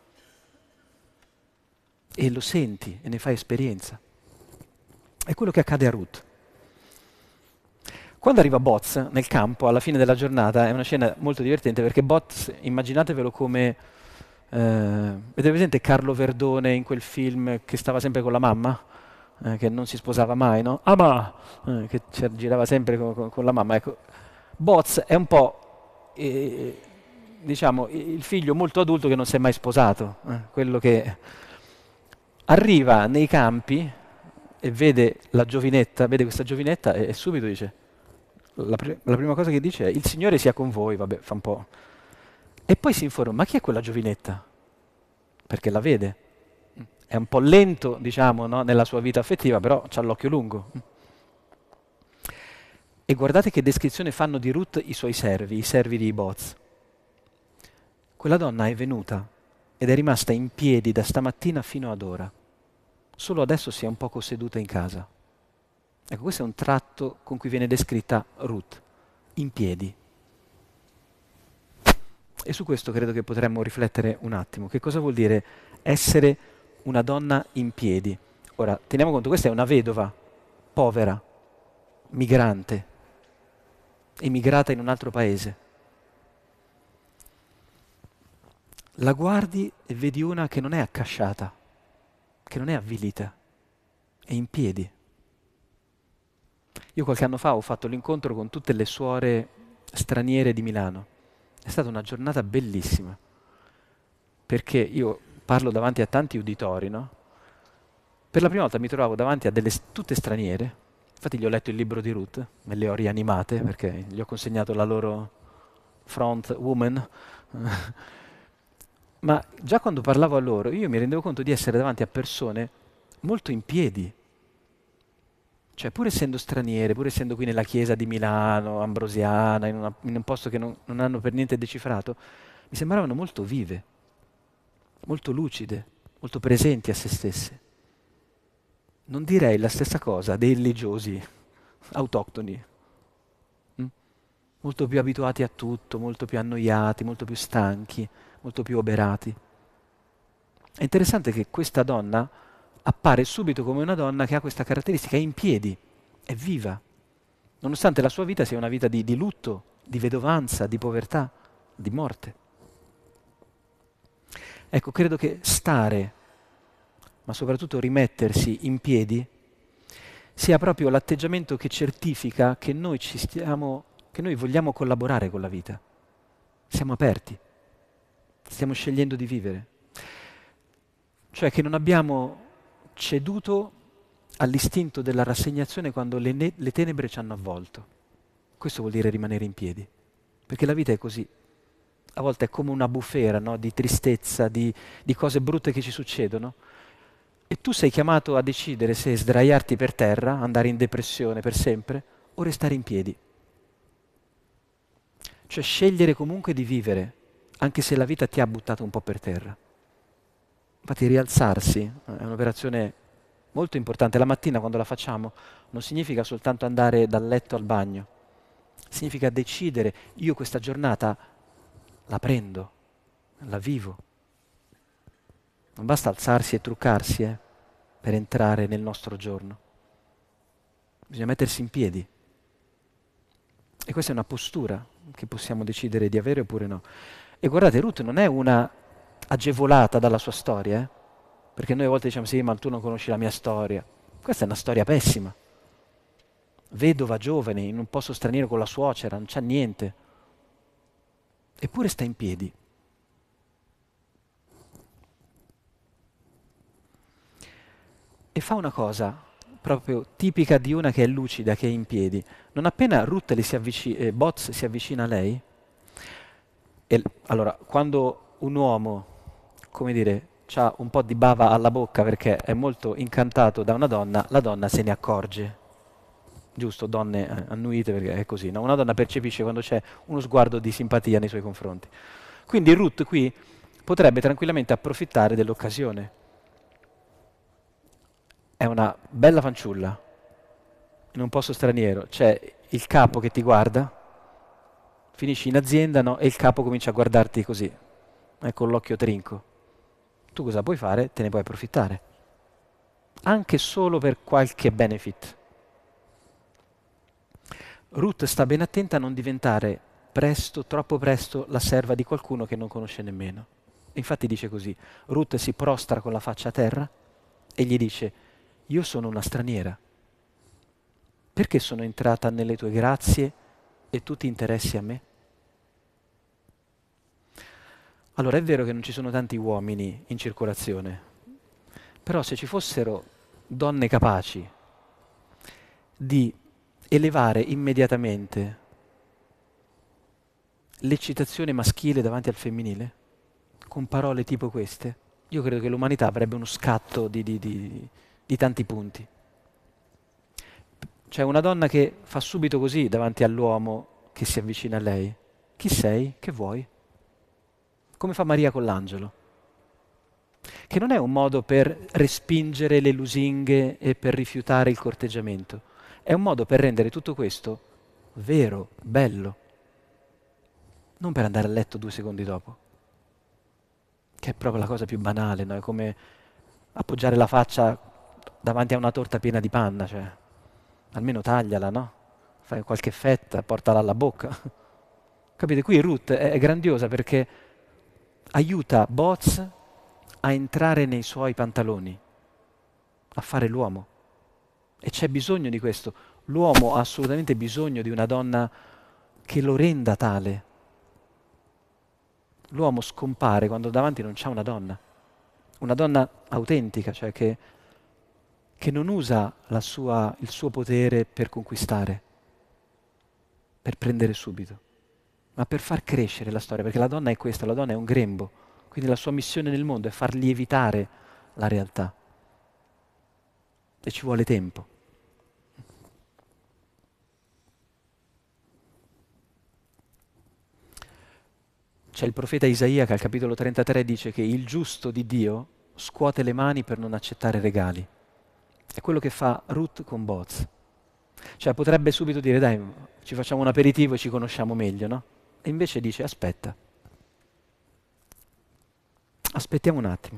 E lo senti e ne fai esperienza. È quello che accade a Ruth. Quando arriva Boz nel campo, alla fine della giornata, è una scena molto divertente perché Boz, immaginatevelo come, eh, avete presente Carlo Verdone in quel film che stava sempre con la mamma, eh, che non si sposava mai, no? Ah ma, eh, che ci girava sempre con, con- con la mamma, ecco. Boaz è un po', eh, diciamo, il figlio molto adulto che non si è mai sposato, eh, quello che arriva nei campi e vede la giovinetta, vede questa giovinetta e, e subito dice, la, pri- la prima cosa che dice è il Signore sia con voi, vabbè, fa un po'. E poi si informa, ma chi è quella giovinetta? Perché la vede. È un po' lento, diciamo, no, nella sua vita affettiva, però c'ha l'occhio lungo. E guardate che descrizione fanno di Ruth i suoi servi, i servi di Boaz. Quella donna è venuta ed è rimasta in piedi da stamattina fino ad ora. Solo adesso si è un poco seduta in casa. Ecco, questo è un tratto con cui viene descritta Ruth, in piedi. E su questo credo che potremmo riflettere un attimo. Che cosa vuol dire essere una donna in piedi? Ora, teniamo conto, questa è una vedova, povera, migrante, emigrata in un altro paese. La guardi e vedi una che non è accasciata, che non è avvilita, è in piedi. Io qualche anno fa ho fatto l'incontro con tutte le suore straniere di Milano. È stata una giornata bellissima, perché io parlo davanti a tanti uditori, no? Per la prima volta mi trovavo davanti a delle s- tutte straniere, infatti gli ho letto il libro di Ruth, me le ho rianimate perché gli ho consegnato la loro front woman, ma già quando parlavo a loro io mi rendevo conto di essere davanti a persone molto in piedi, cioè pur essendo straniere, pur essendo qui nella chiesa di Milano, ambrosiana, in, una- in un posto che non, non hanno per niente decifrato, mi sembravano molto vive, molto lucide, molto presenti a se stesse. Non direi la stessa cosa dei religiosi autoctoni, mm? Molto più abituati a tutto, molto più annoiati, molto più stanchi, molto più oberati. È interessante che questa donna appare subito come una donna che ha questa caratteristica, è in piedi, è viva, nonostante la sua vita sia una vita di, di lutto, di vedovanza, di povertà, di morte. Ecco, credo che stare, ma soprattutto rimettersi in piedi, sia proprio l'atteggiamento che certifica che noi ci stiamo, che noi vogliamo collaborare con la vita. Siamo aperti, stiamo scegliendo di vivere. Cioè che non abbiamo ceduto all'istinto della rassegnazione quando le, ne- le tenebre ci hanno avvolto. Questo vuol dire rimanere in piedi, perché la vita è così. A volte è come una bufera, no? Di tristezza, di, di cose brutte che ci succedono. E tu sei chiamato a decidere se sdraiarti per terra, andare in depressione per sempre, o restare in piedi. Cioè scegliere comunque di vivere, anche se la vita ti ha buttato un po' per terra. Infatti rialzarsi eh, è un'operazione molto importante. La mattina quando la facciamo non significa soltanto andare dal letto al bagno, significa decidere, io questa giornata la prendo, la vivo. Non basta alzarsi e truccarsi eh, per entrare nel nostro giorno. Bisogna mettersi in piedi. E questa è una postura che possiamo decidere di avere oppure no. E guardate, Ruth non è una agevolata dalla sua storia, eh? Perché noi a volte diciamo sì, ma tu non conosci la mia storia. Questa è una storia pessima. Vedova giovane in un posto straniero con la suocera, non c'ha niente. Eppure sta in piedi. E fa una cosa proprio tipica di una che è lucida, che è in piedi. Non appena Ruth le si avvici- eh, Boz si avvicina a lei, e l- allora, quando un uomo, come dire, ha un po' di bava alla bocca perché è molto incantato da una donna, la donna se ne accorge. Giusto, donne eh, annuite perché è così, no? Una donna percepisce quando c'è uno sguardo di simpatia nei suoi confronti. Quindi Ruth qui potrebbe tranquillamente approfittare dell'occasione. È una bella fanciulla, in un posto straniero, c'è il capo che ti guarda, finisci in azienda, no? E il capo comincia a guardarti così, eh, con l'occhio trinco. Tu cosa puoi fare? Te ne puoi approfittare, anche solo per qualche benefit. Ruth sta ben attenta a non diventare presto, troppo presto, la serva di qualcuno che non conosce nemmeno. Infatti dice così, Ruth si prostra con la faccia a terra e gli dice, io sono una straniera, perché sono entrata nelle tue grazie e tu ti interessi a me? Allora è vero che non ci sono tanti uomini in circolazione, però se ci fossero donne capaci di elevare immediatamente l'eccitazione maschile davanti al femminile, con parole tipo queste, io credo che l'umanità avrebbe uno scatto di, di- di- di tanti punti. C'è una donna che fa subito così davanti all'uomo che si avvicina a lei. Chi sei? Che vuoi? Come fa Maria con l'angelo, che non è un modo per respingere le lusinghe e per rifiutare il corteggiamento, è un modo per rendere tutto questo vero, bello, non per andare a letto due secondi dopo, che è proprio la cosa più banale, no? È come appoggiare la faccia davanti a una torta piena di panna, cioè, almeno tagliala, no? Fai qualche fetta, portala alla bocca. Capite? Qui Ruth è, è grandiosa perché aiuta Boaz a entrare nei suoi pantaloni, a fare l'uomo. E c'è bisogno di questo. L'uomo ha assolutamente bisogno di una donna che lo renda tale. L'uomo scompare quando davanti non c'è una donna. Una donna autentica, cioè che, che non usa la sua, il suo potere per conquistare, per prendere subito, ma per far crescere la storia, perché la donna è questa, la donna è un grembo, quindi la sua missione nel mondo è far lievitare la realtà e ci vuole tempo. C'è il profeta Isaia che al capitolo trentatré dice che il giusto di Dio scuote le mani per non accettare regali. È quello che fa Ruth con Boaz. Cioè potrebbe subito dire dai, ci facciamo un aperitivo e ci conosciamo meglio, no? E invece dice aspetta, aspettiamo un attimo.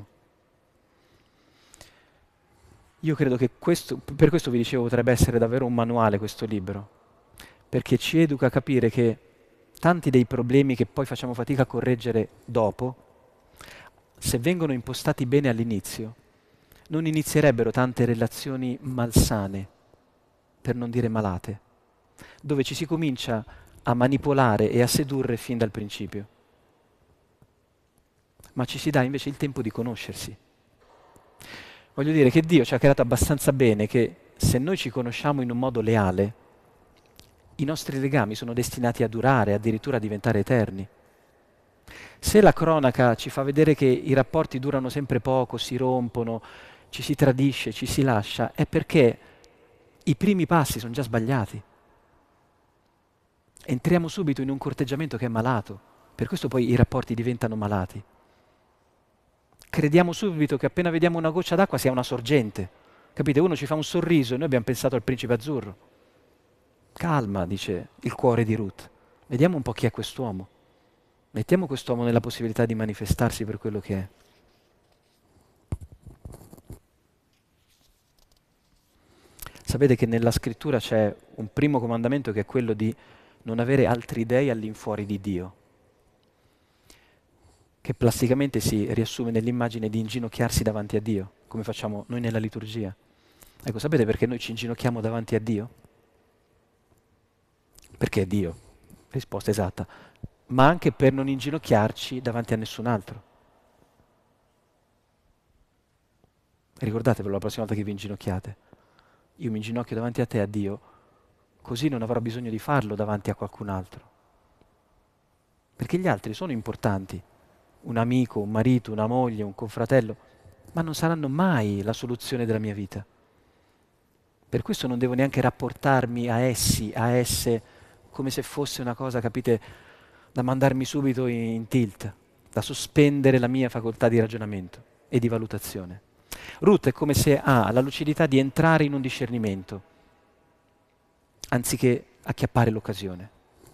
Io credo che questo, per questo vi dicevo, potrebbe essere davvero un manuale questo libro, perché ci educa a capire che tanti dei problemi che poi facciamo fatica a correggere dopo, se vengono impostati bene all'inizio, non inizierebbero tante relazioni malsane, per non dire malate, dove ci si comincia a manipolare e a sedurre fin dal principio, ma ci si dà invece il tempo di conoscersi. Voglio dire che Dio ci ha creato abbastanza bene che se noi ci conosciamo in un modo leale, i nostri legami sono destinati a durare, addirittura a diventare eterni. Se la cronaca ci fa vedere che i rapporti durano sempre poco, si rompono, ci si tradisce, ci si lascia, è perché i primi passi sono già sbagliati. Entriamo subito in un corteggiamento che è malato, per questo poi i rapporti diventano malati. Crediamo subito che appena vediamo una goccia d'acqua sia una sorgente. Capite? Uno ci fa un sorriso e noi abbiamo pensato al principe azzurro. Calma, dice il cuore di Ruth. Vediamo un po' chi è quest'uomo. Mettiamo quest'uomo nella possibilità di manifestarsi per quello che è. Sapete che nella scrittura c'è un primo comandamento che è quello di non avere altri dei all'infuori di Dio, che plasticamente si riassume nell'immagine di inginocchiarsi davanti a Dio, come facciamo noi nella liturgia. Ecco, sapete perché noi ci inginocchiamo davanti a Dio? Perché è Dio, risposta esatta, ma anche per non inginocchiarci davanti a nessun altro. Ricordatevelo la prossima volta che vi inginocchiate. Io mi inginocchio davanti a te, a Dio, così non avrò bisogno di farlo davanti a qualcun altro. Perché gli altri sono importanti, un amico, un marito, una moglie, un confratello, ma non saranno mai la soluzione della mia vita. Per questo non devo neanche rapportarmi a essi, a esse, come se fosse una cosa, capite, da mandarmi subito in tilt, da sospendere la mia facoltà di ragionamento e di valutazione. Ruth è come se ha la lucidità di entrare in un discernimento, anziché acchiappare l'occasione.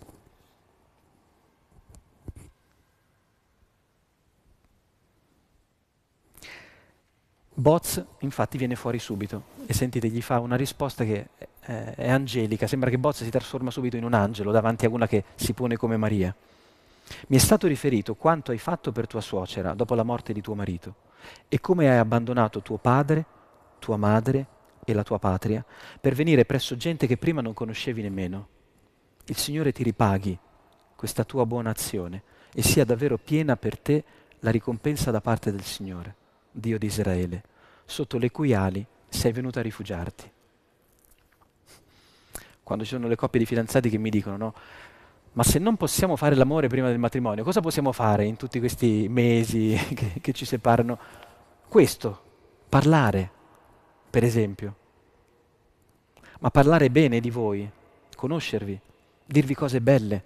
Boaz infatti viene fuori subito e sentite, gli fa una risposta che è, è angelica, sembra che Boaz si trasforma subito in un angelo davanti a una che si pone come Maria. Mi è stato riferito quanto hai fatto per tua suocera dopo la morte di tuo marito e come hai abbandonato tuo padre, tua madre e la tua patria per venire presso gente che prima non conoscevi nemmeno. Il Signore ti ripaghi questa tua buona azione e sia davvero piena per te la ricompensa da parte del Signore, Dio di Israele, sotto le cui ali sei venuto a rifugiarti. Quando ci sono le coppie di fidanzati che mi dicono, no, ma se non possiamo fare l'amore prima del matrimonio, cosa possiamo fare in tutti questi mesi che, che ci separano? Questo, parlare, per esempio. Ma parlare bene di voi, conoscervi, dirvi cose belle,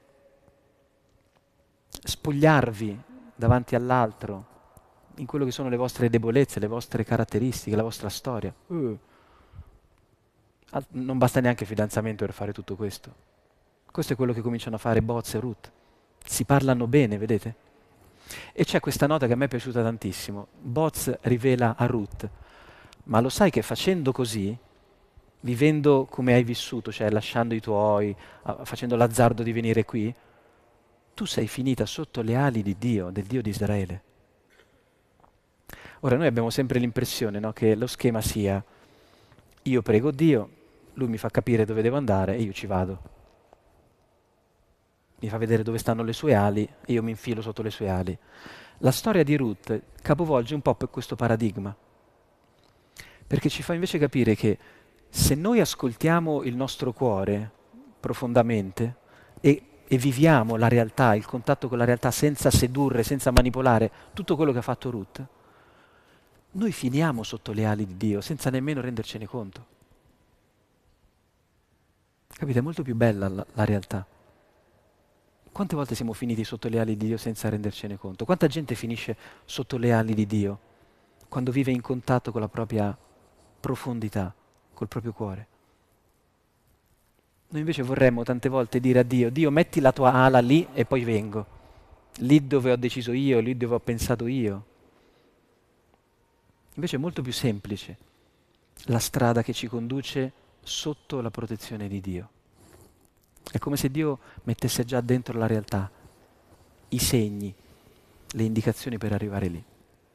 spogliarvi davanti all'altro in quello che sono le vostre debolezze, le vostre caratteristiche, la vostra storia. Uh. Non basta neanche il fidanzamento per fare tutto questo. Questo è quello che cominciano a fare Boaz e Ruth. Si parlano bene, vedete? E c'è questa nota che a me è piaciuta tantissimo. Boaz rivela a Ruth, ma lo sai che facendo così, vivendo come hai vissuto, cioè lasciando i tuoi, facendo l'azzardo di venire qui, tu sei finita sotto le ali di Dio, del Dio di Israele. Ora noi abbiamo sempre l'impressione, no, che lo schema sia io prego Dio, lui mi fa capire dove devo andare e io ci vado. Mi fa vedere dove stanno le sue ali e io mi infilo sotto le sue ali. La storia di Ruth capovolge un po' per questo paradigma, perché ci fa invece capire che se noi ascoltiamo il nostro cuore profondamente e, e viviamo la realtà, il contatto con la realtà senza sedurre, senza manipolare tutto quello che ha fatto Ruth, noi finiamo sotto le ali di Dio senza nemmeno rendercene conto. Capite? È molto più bella la, la realtà. Quante volte siamo finiti sotto le ali di Dio senza rendercene conto? Quanta gente finisce sotto le ali di Dio quando vive in contatto con la propria profondità, col proprio cuore? Noi invece vorremmo tante volte dire a Dio, Dio metti la tua ala lì e poi vengo, lì dove ho deciso io, lì dove ho pensato io. Invece è molto più semplice la strada che ci conduce sotto la protezione di Dio. È come se Dio mettesse già dentro la realtà i segni, le indicazioni per arrivare lì.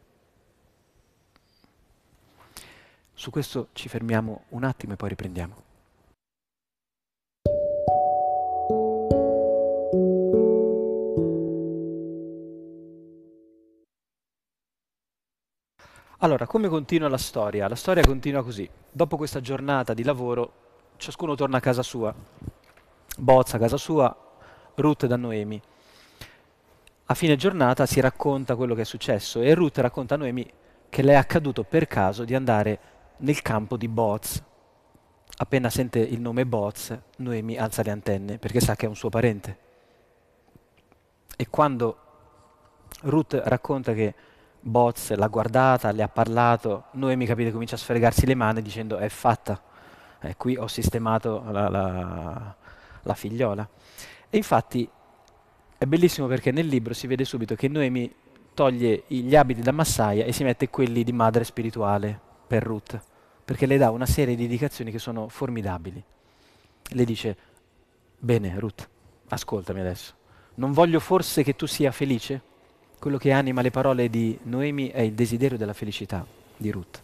Su questo ci fermiamo un attimo e poi riprendiamo. Allora, come continua la storia? La storia continua così. Dopo questa giornata di lavoro, ciascuno torna a casa sua. Boaz a casa sua, Ruth da Noemi. A fine giornata si racconta quello che è successo e Ruth racconta a Noemi che le è accaduto per caso di andare nel campo di Boaz. Appena sente il nome Boaz, Noemi alza le antenne perché sa che è un suo parente. E quando Ruth racconta che Boaz l'ha guardata, le ha parlato, Noemi, capite, comincia a sfregarsi le mani dicendo è fatta, eh, qui ho sistemato la, la, la figliola. E infatti è bellissimo perché nel libro si vede subito che Noemi toglie gli abiti da massaia e si mette quelli di madre spirituale per Ruth, perché le dà una serie di indicazioni che sono formidabili. Le dice, bene Ruth, ascoltami adesso, non voglio forse che tu sia felice? Quello che anima le parole di Noemi è il desiderio della felicità di Ruth.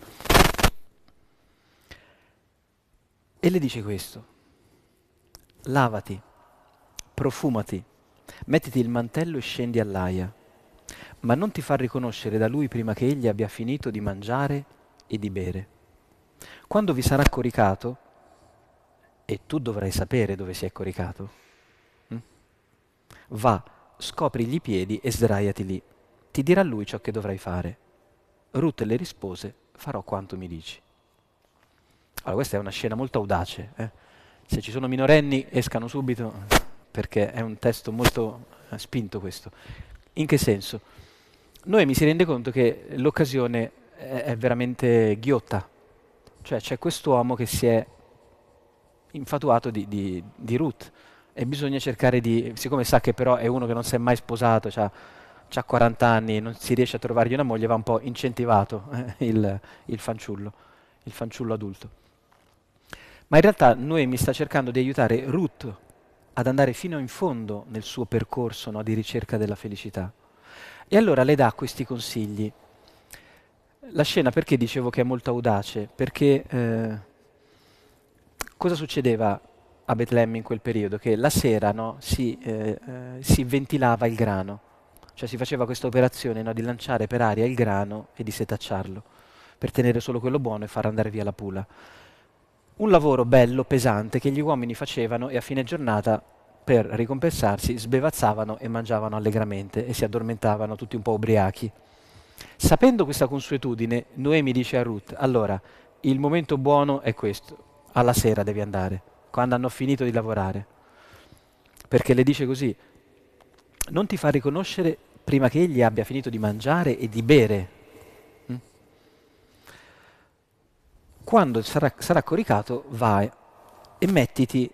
E le dice questo, lavati, profumati, mettiti il mantello e scendi all'aia, ma non ti far riconoscere da lui prima che egli abbia finito di mangiare e di bere. Quando vi sarà coricato, e tu dovrai sapere dove si è coricato, hm? va, scoprigli i piedi e sdraiati lì. Ti dirà lui ciò che dovrai fare. Ruth le rispose, farò quanto mi dici. Allora questa è una scena molto audace. Eh? Se ci sono minorenni escano subito perché è un testo molto eh, spinto questo. In che senso? Noemi si rende conto che l'occasione è, è veramente ghiotta. Cioè c'è quest'uomo che si è infatuato di, di, di Ruth e bisogna cercare di, siccome sa che però è uno che non si è mai sposato, cioè, ha quaranta anni, non si riesce a trovargli una moglie, va un po' incentivato eh, il, il fanciullo, il fanciullo adulto. Ma in realtà Noemi sta cercando di aiutare Ruth ad andare fino in fondo nel suo percorso, no, di ricerca della felicità. E allora le dà questi consigli. La scena, perché dicevo che è molto audace? Perché eh, cosa succedeva? a Betlemme in quel periodo, che la sera, no, si, eh, eh, si ventilava il grano, cioè si faceva questa operazione, no, di lanciare per aria il grano e di setacciarlo, per tenere solo quello buono e far andare via la pula. Un lavoro bello, pesante, che gli uomini facevano e a fine giornata, per ricompensarsi, sbevazzavano e mangiavano allegramente e si addormentavano tutti un po' ubriachi. Sapendo questa consuetudine, Noemi dice a Ruth: allora, il momento buono è questo, alla sera devi andare, quando hanno finito di lavorare. Perché le dice così: non ti fa riconoscere prima che egli abbia finito di mangiare e di bere. Mm? Quando sarà, sarà coricato, vai e mettiti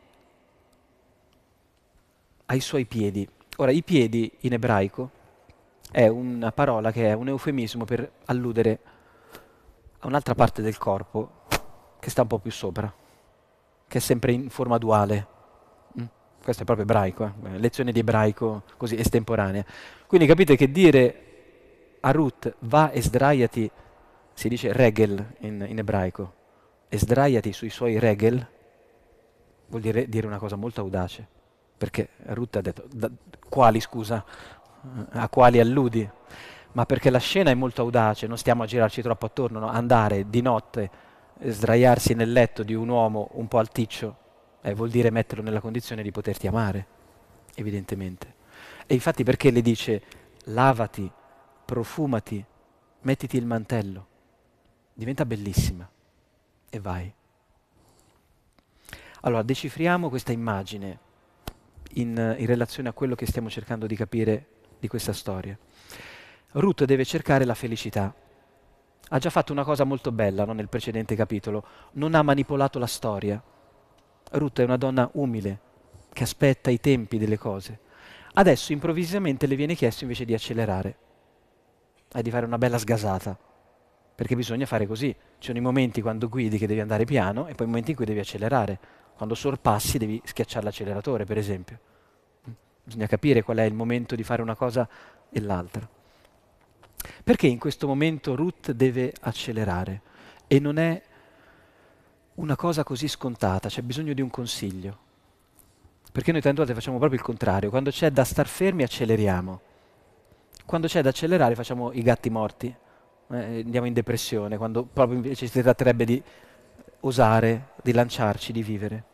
ai suoi piedi. Ora, i piedi in ebraico è una parola che è un eufemismo per alludere a un'altra parte del corpo che sta un po' più sopra, che è sempre in forma duale. Mm? Questo è proprio ebraico, eh? Lezione di ebraico così estemporanea. Quindi capite che dire a Ruth va e sdraiati, si dice regel in, in ebraico, e sdraiati sui suoi regel, vuol dire dire una cosa molto audace, perché Ruth ha detto, da, quali scusa, a quali alludi? Ma perché la scena è molto audace, non stiamo a girarci troppo attorno, no? Andare di notte, eh, sdraiarsi nel letto di un uomo un po' alticcio, eh, vuol dire metterlo nella condizione di poterti amare, evidentemente. E infatti perché le dice lavati, profumati, mettiti il mantello, diventa bellissima e vai. Allora, decifriamo questa immagine in, in relazione a quello che stiamo cercando di capire di questa storia. Ruth deve cercare la felicità. Ha già fatto una cosa molto bella, no, nel precedente capitolo. Non ha manipolato la storia. Ruth è una donna umile, che aspetta i tempi delle cose. Adesso improvvisamente le viene chiesto invece di accelerare e di fare una bella sgasata, perché bisogna fare così. Ci sono i momenti quando guidi che devi andare piano e poi i momenti in cui devi accelerare. Quando sorpassi devi schiacciare l'acceleratore, per esempio. Bisogna capire qual è il momento di fare una cosa e l'altra. Perché in questo momento Ruth deve accelerare? E non è una cosa così scontata, c'è bisogno di un consiglio. Perché noi tante volte facciamo proprio il contrario. Quando c'è da star fermi acceleriamo. Quando c'è da accelerare facciamo i gatti morti, eh, andiamo in depressione, quando proprio invece si tratterebbe di osare, di lanciarci, di vivere.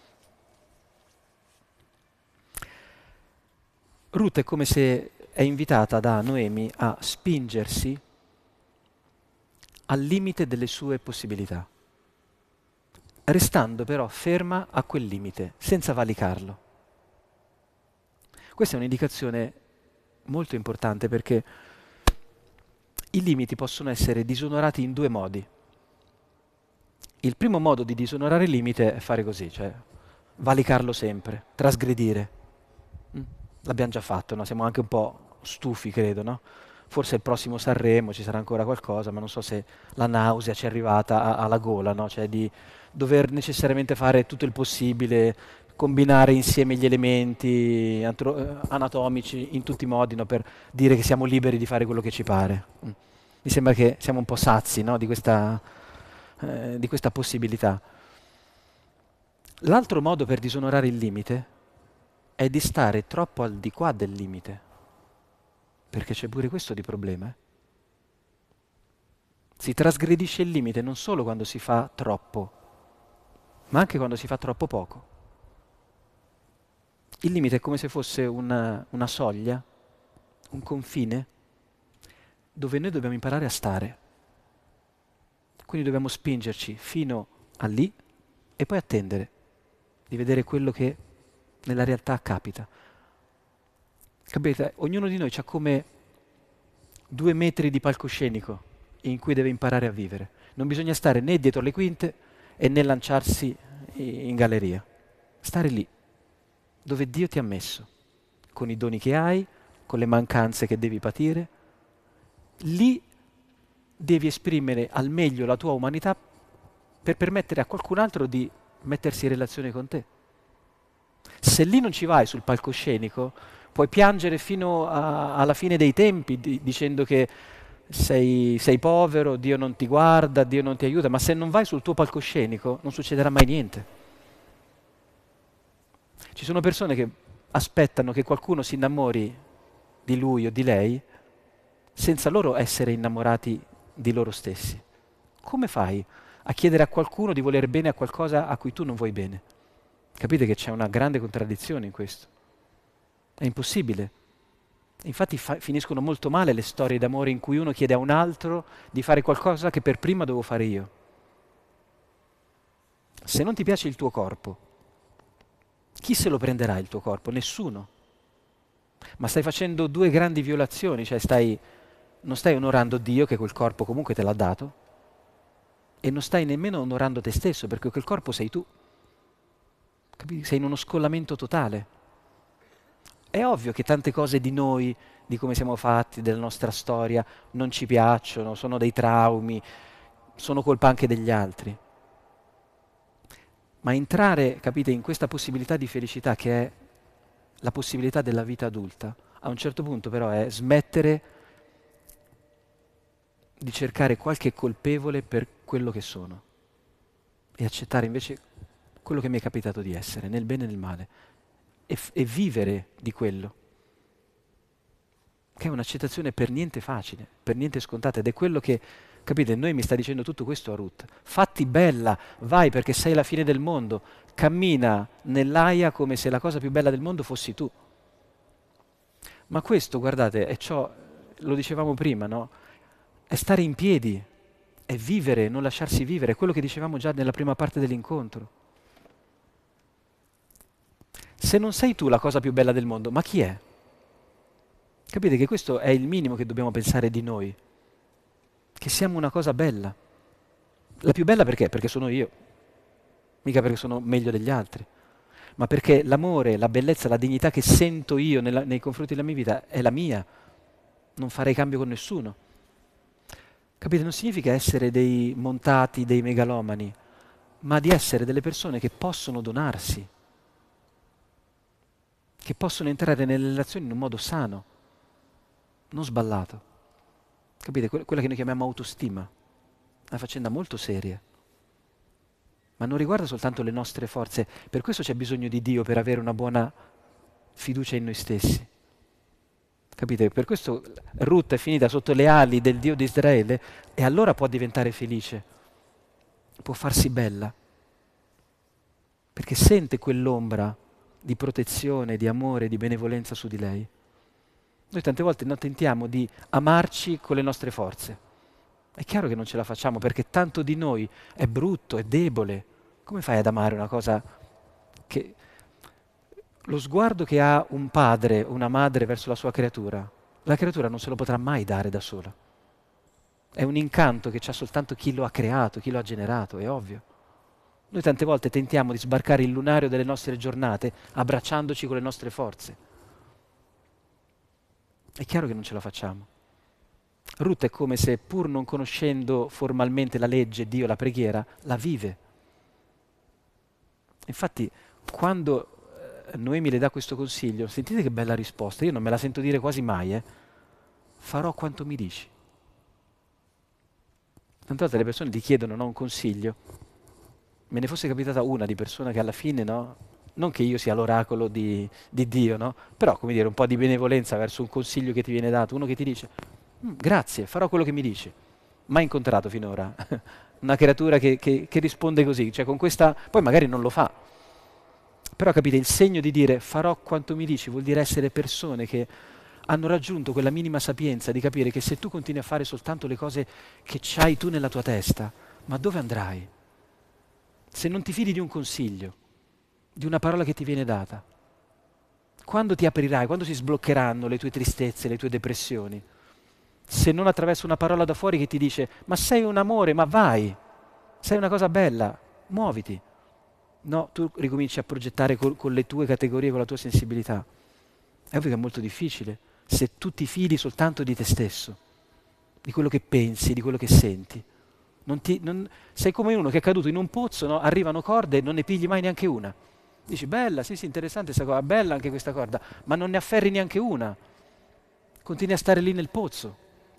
Ruth è come se è invitata da Noemi a spingersi al limite delle sue possibilità, restando però ferma a quel limite, senza valicarlo. Questa è un'indicazione molto importante perché i limiti possono essere disonorati in due modi. Il primo modo di disonorare il limite è fare così, cioè valicarlo sempre, trasgredire. Mm? L'abbiamo già fatto, no? Siamo anche un po' stufi, credo, no? Forse il prossimo Sanremo ci sarà ancora qualcosa, ma non so se la nausea ci è arrivata a- alla gola, no? Cioè di dover necessariamente fare tutto il possibile, combinare insieme gli elementi antro- eh, anatomici in tutti i modi, no? Per dire che siamo liberi di fare quello che ci pare. Mm. Mi sembra che siamo un po' sazi, no? Di questa, eh, di questa possibilità. L'altro modo per disonorare il limite è di stare troppo al di qua del limite, perché c'è pure questo di problema. eh. Si trasgredisce il limite non solo quando si fa troppo, ma anche quando si fa troppo poco. Il limite è come se fosse una, una soglia, un confine, dove noi dobbiamo imparare a stare. Quindi dobbiamo spingerci fino a lì e poi attendere di vedere quello che nella realtà capita. Capite? Ognuno di noi ha come due metri di palcoscenico in cui deve imparare a vivere. Non bisogna stare né dietro le quinte e né lanciarsi in galleria. Stare lì, dove Dio ti ha messo, con i doni che hai, con le mancanze che devi patire. Lì devi esprimere al meglio la tua umanità per permettere a qualcun altro di mettersi in relazione con te. Se lì non ci vai sul palcoscenico, puoi piangere fino a- alla fine dei tempi di- dicendo che sei, sei povero, Dio non ti guarda, Dio non ti aiuta, ma se non vai sul tuo palcoscenico non succederà mai niente. Ci sono persone che aspettano che qualcuno si innamori di lui o di lei senza loro essere innamorati di loro stessi. Come fai a chiedere a qualcuno di voler bene a qualcosa a cui tu non vuoi bene? Capite che c'è una grande contraddizione in questo. È impossibile. Infatti fa- finiscono molto male le storie d'amore in cui uno chiede a un altro di fare qualcosa che per prima devo fare io. Se non ti piace il tuo corpo, chi se lo prenderà il tuo corpo? Nessuno. Ma stai facendo due grandi violazioni, cioè stai, non stai onorando Dio che quel corpo comunque te l'ha dato e non stai nemmeno onorando te stesso perché quel corpo sei tu. Capisci? Sei in uno scollamento totale. È ovvio che tante cose di noi, di come siamo fatti, della nostra storia, non ci piacciono, sono dei traumi, sono colpa anche degli altri. Ma entrare, capite, in questa possibilità di felicità che è la possibilità della vita adulta, a un certo punto però è smettere di cercare qualche colpevole per quello che sono e accettare invece quello che mi è capitato di essere, nel bene e nel male, e, f- e vivere di quello, che è un'accettazione per niente facile, per niente scontata, ed è quello che, capite, noi mi sta dicendo tutto questo a Ruth. Fatti bella, vai perché sei la fine del mondo, cammina nell'aia come se la cosa più bella del mondo fossi tu. Ma questo, guardate, è ciò, lo dicevamo prima, no? È stare in piedi, è vivere, non lasciarsi vivere, è quello che dicevamo già nella prima parte dell'incontro. Se non sei tu la cosa più bella del mondo, ma chi è? Capite che questo è il minimo che dobbiamo pensare di noi, che siamo una cosa bella. La più bella perché? Perché sono io, mica perché sono meglio degli altri, ma perché l'amore, la bellezza, la dignità che sento io nella- nei confronti della mia vita è la mia, non farei cambio con nessuno. Capite? Non significa essere dei montati, dei megalomani, ma di essere delle persone che possono donarsi, che possono entrare nelle relazioni in un modo sano, non sballato. Capite? Que- quella che noi chiamiamo autostima, è una faccenda molto seria, ma non riguarda soltanto le nostre forze. Per questo c'è bisogno di Dio per avere una buona fiducia in noi stessi. Capite? Per questo Ruth è finita sotto le ali del Dio di Israele e allora può diventare felice, può farsi bella, perché sente quell'ombra di protezione, di amore, di benevolenza su di lei. Noi tante volte non tentiamo di amarci con le nostre forze. È chiaro che non ce la facciamo perché tanto di noi è brutto, è debole. Come fai ad amare una cosa che... Lo sguardo che ha un padre o una madre verso la sua creatura, la creatura non se lo potrà mai dare da sola. È un incanto che c'ha soltanto chi lo ha creato, chi lo ha generato, è ovvio. Noi tante volte tentiamo di sbarcare il lunario delle nostre giornate abbracciandoci con le nostre forze. È chiaro che non ce la facciamo. Ruth è come se, pur non conoscendo formalmente la legge, Dio, la preghiera, la vive. Infatti, quando eh, Noemi le dà questo consiglio, sentite che bella risposta, io non me la sento dire quasi mai, eh. Farò quanto mi dici. Tante volte le persone ti chiedono, no, un consiglio. Me ne fosse capitata una di persona che alla fine, no, non che io sia l'oracolo di, di Dio, no, però, come dire, un po' di benevolenza verso un consiglio che ti viene dato, uno che ti dice, "Mm, grazie, farò quello che mi dici." Mai incontrato finora una creatura che, che- che risponde così, cioè con questa, poi magari non lo fa, però capite, il segno di dire farò quanto mi dici vuol dire essere persone che hanno raggiunto quella minima sapienza di capire che se tu continui a fare soltanto le cose che c'hai tu nella tua testa, ma dove andrai? Se non ti fidi di un consiglio, di una parola che ti viene data, quando ti aprirai, quando si sbloccheranno le tue tristezze, le tue depressioni? Se non attraverso una parola da fuori che ti dice ma sei un amore, ma vai, sei una cosa bella, muoviti. No, tu ricominci a progettare col- con le tue categorie, con la tua sensibilità. È ovvio che è molto difficile se tu ti fidi soltanto di te stesso, di quello che pensi, di quello che senti. Non ti- non- sei come uno che è caduto in un pozzo, no? Arrivano corde e non ne pigli mai neanche una. Dici, bella, sì, sì, interessante questa cosa, bella anche questa corda, ma non ne afferri neanche una. Continui a stare lì nel pozzo.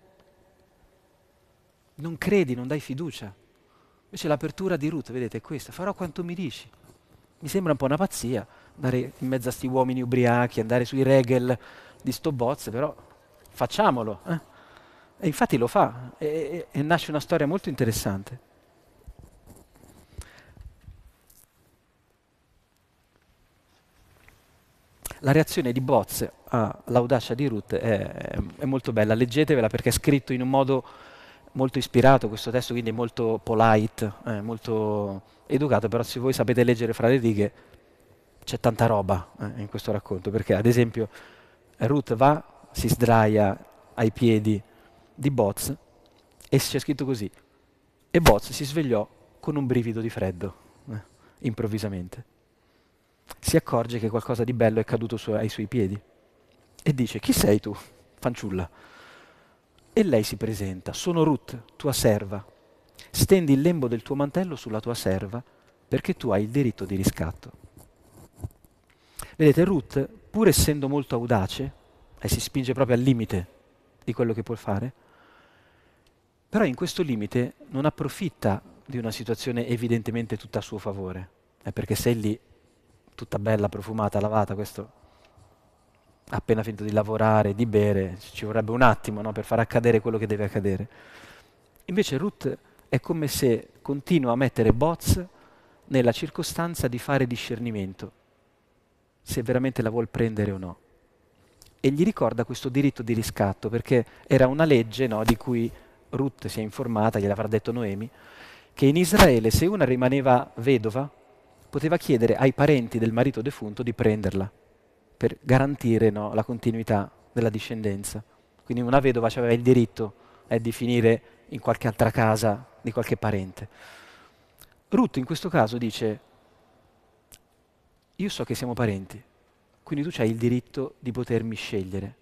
Non credi, non dai fiducia. Invece l'apertura di Ruth, vedete, è questa. Farò quanto mi dici. Mi sembra un po' una pazzia, andare in mezzo a sti uomini ubriachi, andare sui regel di sto Boz, però facciamolo. eh. E infatti lo fa, e, e- e nasce una storia molto interessante. La reazione di Boz all'audacia di Ruth è, è molto bella, leggetevela perché è scritto in un modo molto ispirato questo testo, quindi molto polite, eh, molto educato, però se voi sapete leggere fra le righe c'è tanta roba eh, in questo racconto, perché ad esempio Ruth va, si sdraia ai piedi di Boz e c'è scritto così, e Boz si svegliò con un brivido di freddo, eh, improvvisamente. Si accorge che qualcosa di bello è caduto su- ai suoi piedi e dice, chi sei tu, fanciulla? E lei si presenta, sono Ruth, tua serva. Stendi il lembo del tuo mantello sulla tua serva perché tu hai il diritto di riscatto. Vedete, Ruth, pur essendo molto audace, e si spinge proprio al limite di quello che può fare, però in questo limite non approfitta di una situazione evidentemente tutta a suo favore, è perché sei lì, tutta bella, profumata, lavata, questo ha appena finito di lavorare, di bere, ci vorrebbe un attimo, no, per far accadere quello che deve accadere. Invece Ruth è come se continua a mettere Boz nella circostanza di fare discernimento, se veramente la vuol prendere o no. E gli ricorda questo diritto di riscatto, perché era una legge, no, di cui Ruth si è informata, gliel'avrà detto Noemi, che in Israele se una rimaneva vedova poteva chiedere ai parenti del marito defunto di prenderla per garantire, no, la continuità della discendenza. Quindi una vedova aveva il diritto eh, di finire in qualche altra casa di qualche parente. Ruth in questo caso dice, io so che siamo parenti, quindi tu hai il diritto di potermi scegliere.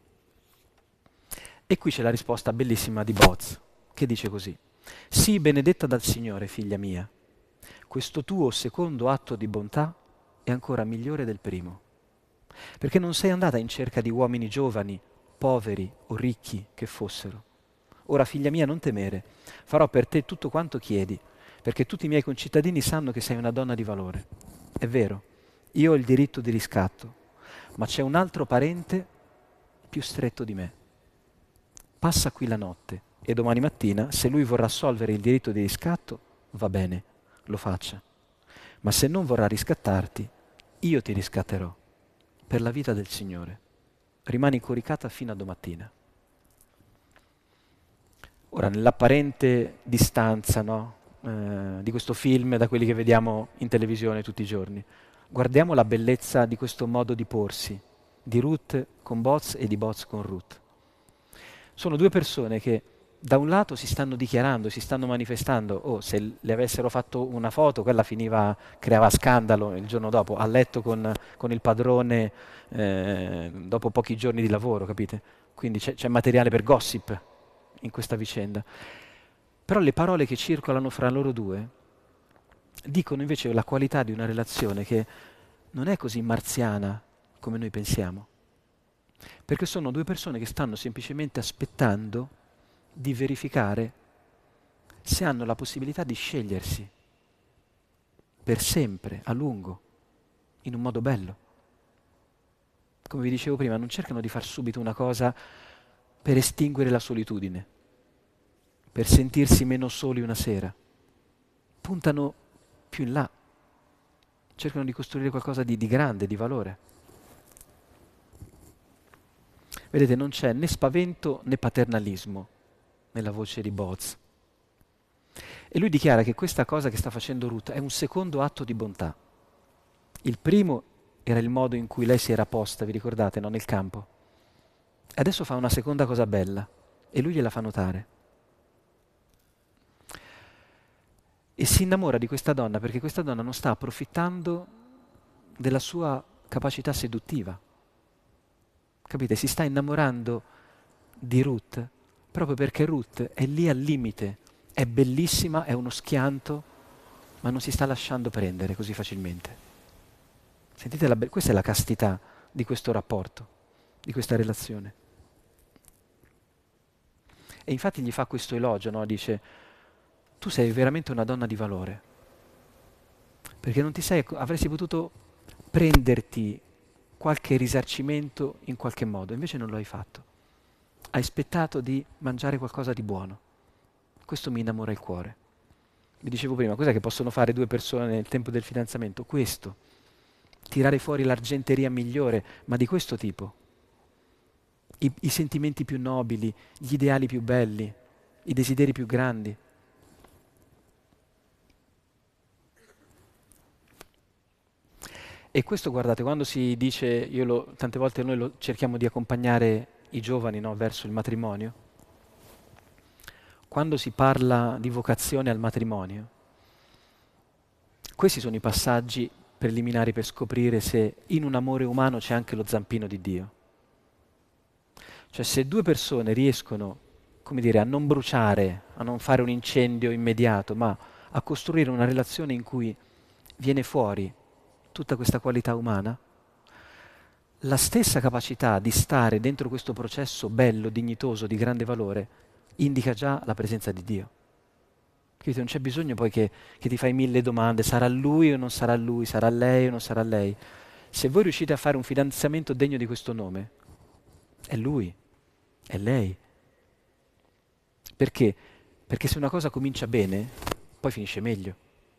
E qui c'è la risposta bellissima di Boz, che dice così, sii benedetta dal Signore, figlia mia, questo tuo secondo atto di bontà è ancora migliore del primo, perché non sei andata in cerca di uomini giovani, poveri o ricchi che fossero. Ora, figlia mia, non temere, farò per te tutto quanto chiedi, perché tutti i miei concittadini sanno che sei una donna di valore. È vero, io ho il diritto di riscatto, ma c'è un altro parente più stretto di me. Passa qui la notte e domani mattina, se lui vorrà assolvere il diritto di riscatto, va bene, lo faccia. Ma se non vorrà riscattarti, io ti riscatterò per la vita del Signore. Rimani incoricata fino a domattina. Ora, nell'apparente distanza, no, eh, di questo film da quelli che vediamo in televisione tutti i giorni, guardiamo la bellezza di questo modo di porsi, di Ruth con Boz e di Boz con Ruth. Sono due persone che da un lato si stanno dichiarando, si stanno manifestando, oh, se le avessero fatto una foto, quella finiva, creava scandalo il giorno dopo, a letto con, con il padrone eh, dopo pochi giorni di lavoro, capite? Quindi c'è, c'è materiale per gossip in questa vicenda. Però le parole che circolano fra loro due dicono invece la qualità di una relazione che non è così marziana come noi pensiamo, perché sono due persone che stanno semplicemente aspettando di verificare se hanno la possibilità di scegliersi per sempre, a lungo, in un modo bello. Come vi dicevo prima, non cercano di far subito una cosa per estinguere la solitudine, per sentirsi meno soli una sera. Puntano più in là, cercano di costruire qualcosa di, di grande, di valore. Vedete, non c'è né spavento né paternalismo nella voce di Boz. E lui dichiara che questa cosa che sta facendo Ruth è un secondo atto di bontà. Il primo era il modo in cui lei si era posta, vi ricordate, no? Nel campo. E adesso fa una seconda cosa bella e lui gliela fa notare. E si innamora di questa donna perché questa donna non sta approfittando della sua capacità seduttiva. Capite? Si sta innamorando di Ruth proprio perché Ruth è lì al limite, è bellissima, è uno schianto, ma non si sta lasciando prendere così facilmente. Sentite, la be- questa è la castità di questo rapporto, di questa relazione. E infatti gli fa questo elogio, no? Dice, tu sei veramente una donna di valore, perché non ti sei, avresti potuto prenderti qualche risarcimento in qualche modo, invece non lo hai fatto. Hai aspettato di mangiare qualcosa di buono. Questo mi innamora il cuore. Vi dicevo prima, cos'è che possono fare due persone nel tempo del fidanzamento? Questo. Tirare fuori l'argenteria migliore, ma di questo tipo. I, i sentimenti più nobili, gli ideali più belli, i desideri più grandi. E questo, guardate, quando si dice, io lo, tante volte noi lo, cerchiamo di accompagnare i giovani, no, verso il matrimonio, quando si parla di vocazione al matrimonio, questi sono i passaggi preliminari per scoprire se in un amore umano c'è anche lo zampino di Dio. Cioè, se due persone riescono, come dire, a non bruciare, a non fare un incendio immediato, ma a costruire una relazione in cui viene fuori tutta questa qualità umana, la stessa capacità di stare dentro questo processo bello, dignitoso, di grande valore, indica già la presenza di Dio. Quindi non c'è bisogno poi che, che ti fai mille domande, sarà lui o non sarà lui, sarà lei o non sarà lei. Se voi riuscite a fare un fidanzamento degno di questo nome, è lui, è lei. Perché? Perché se una cosa comincia bene, poi finisce meglio.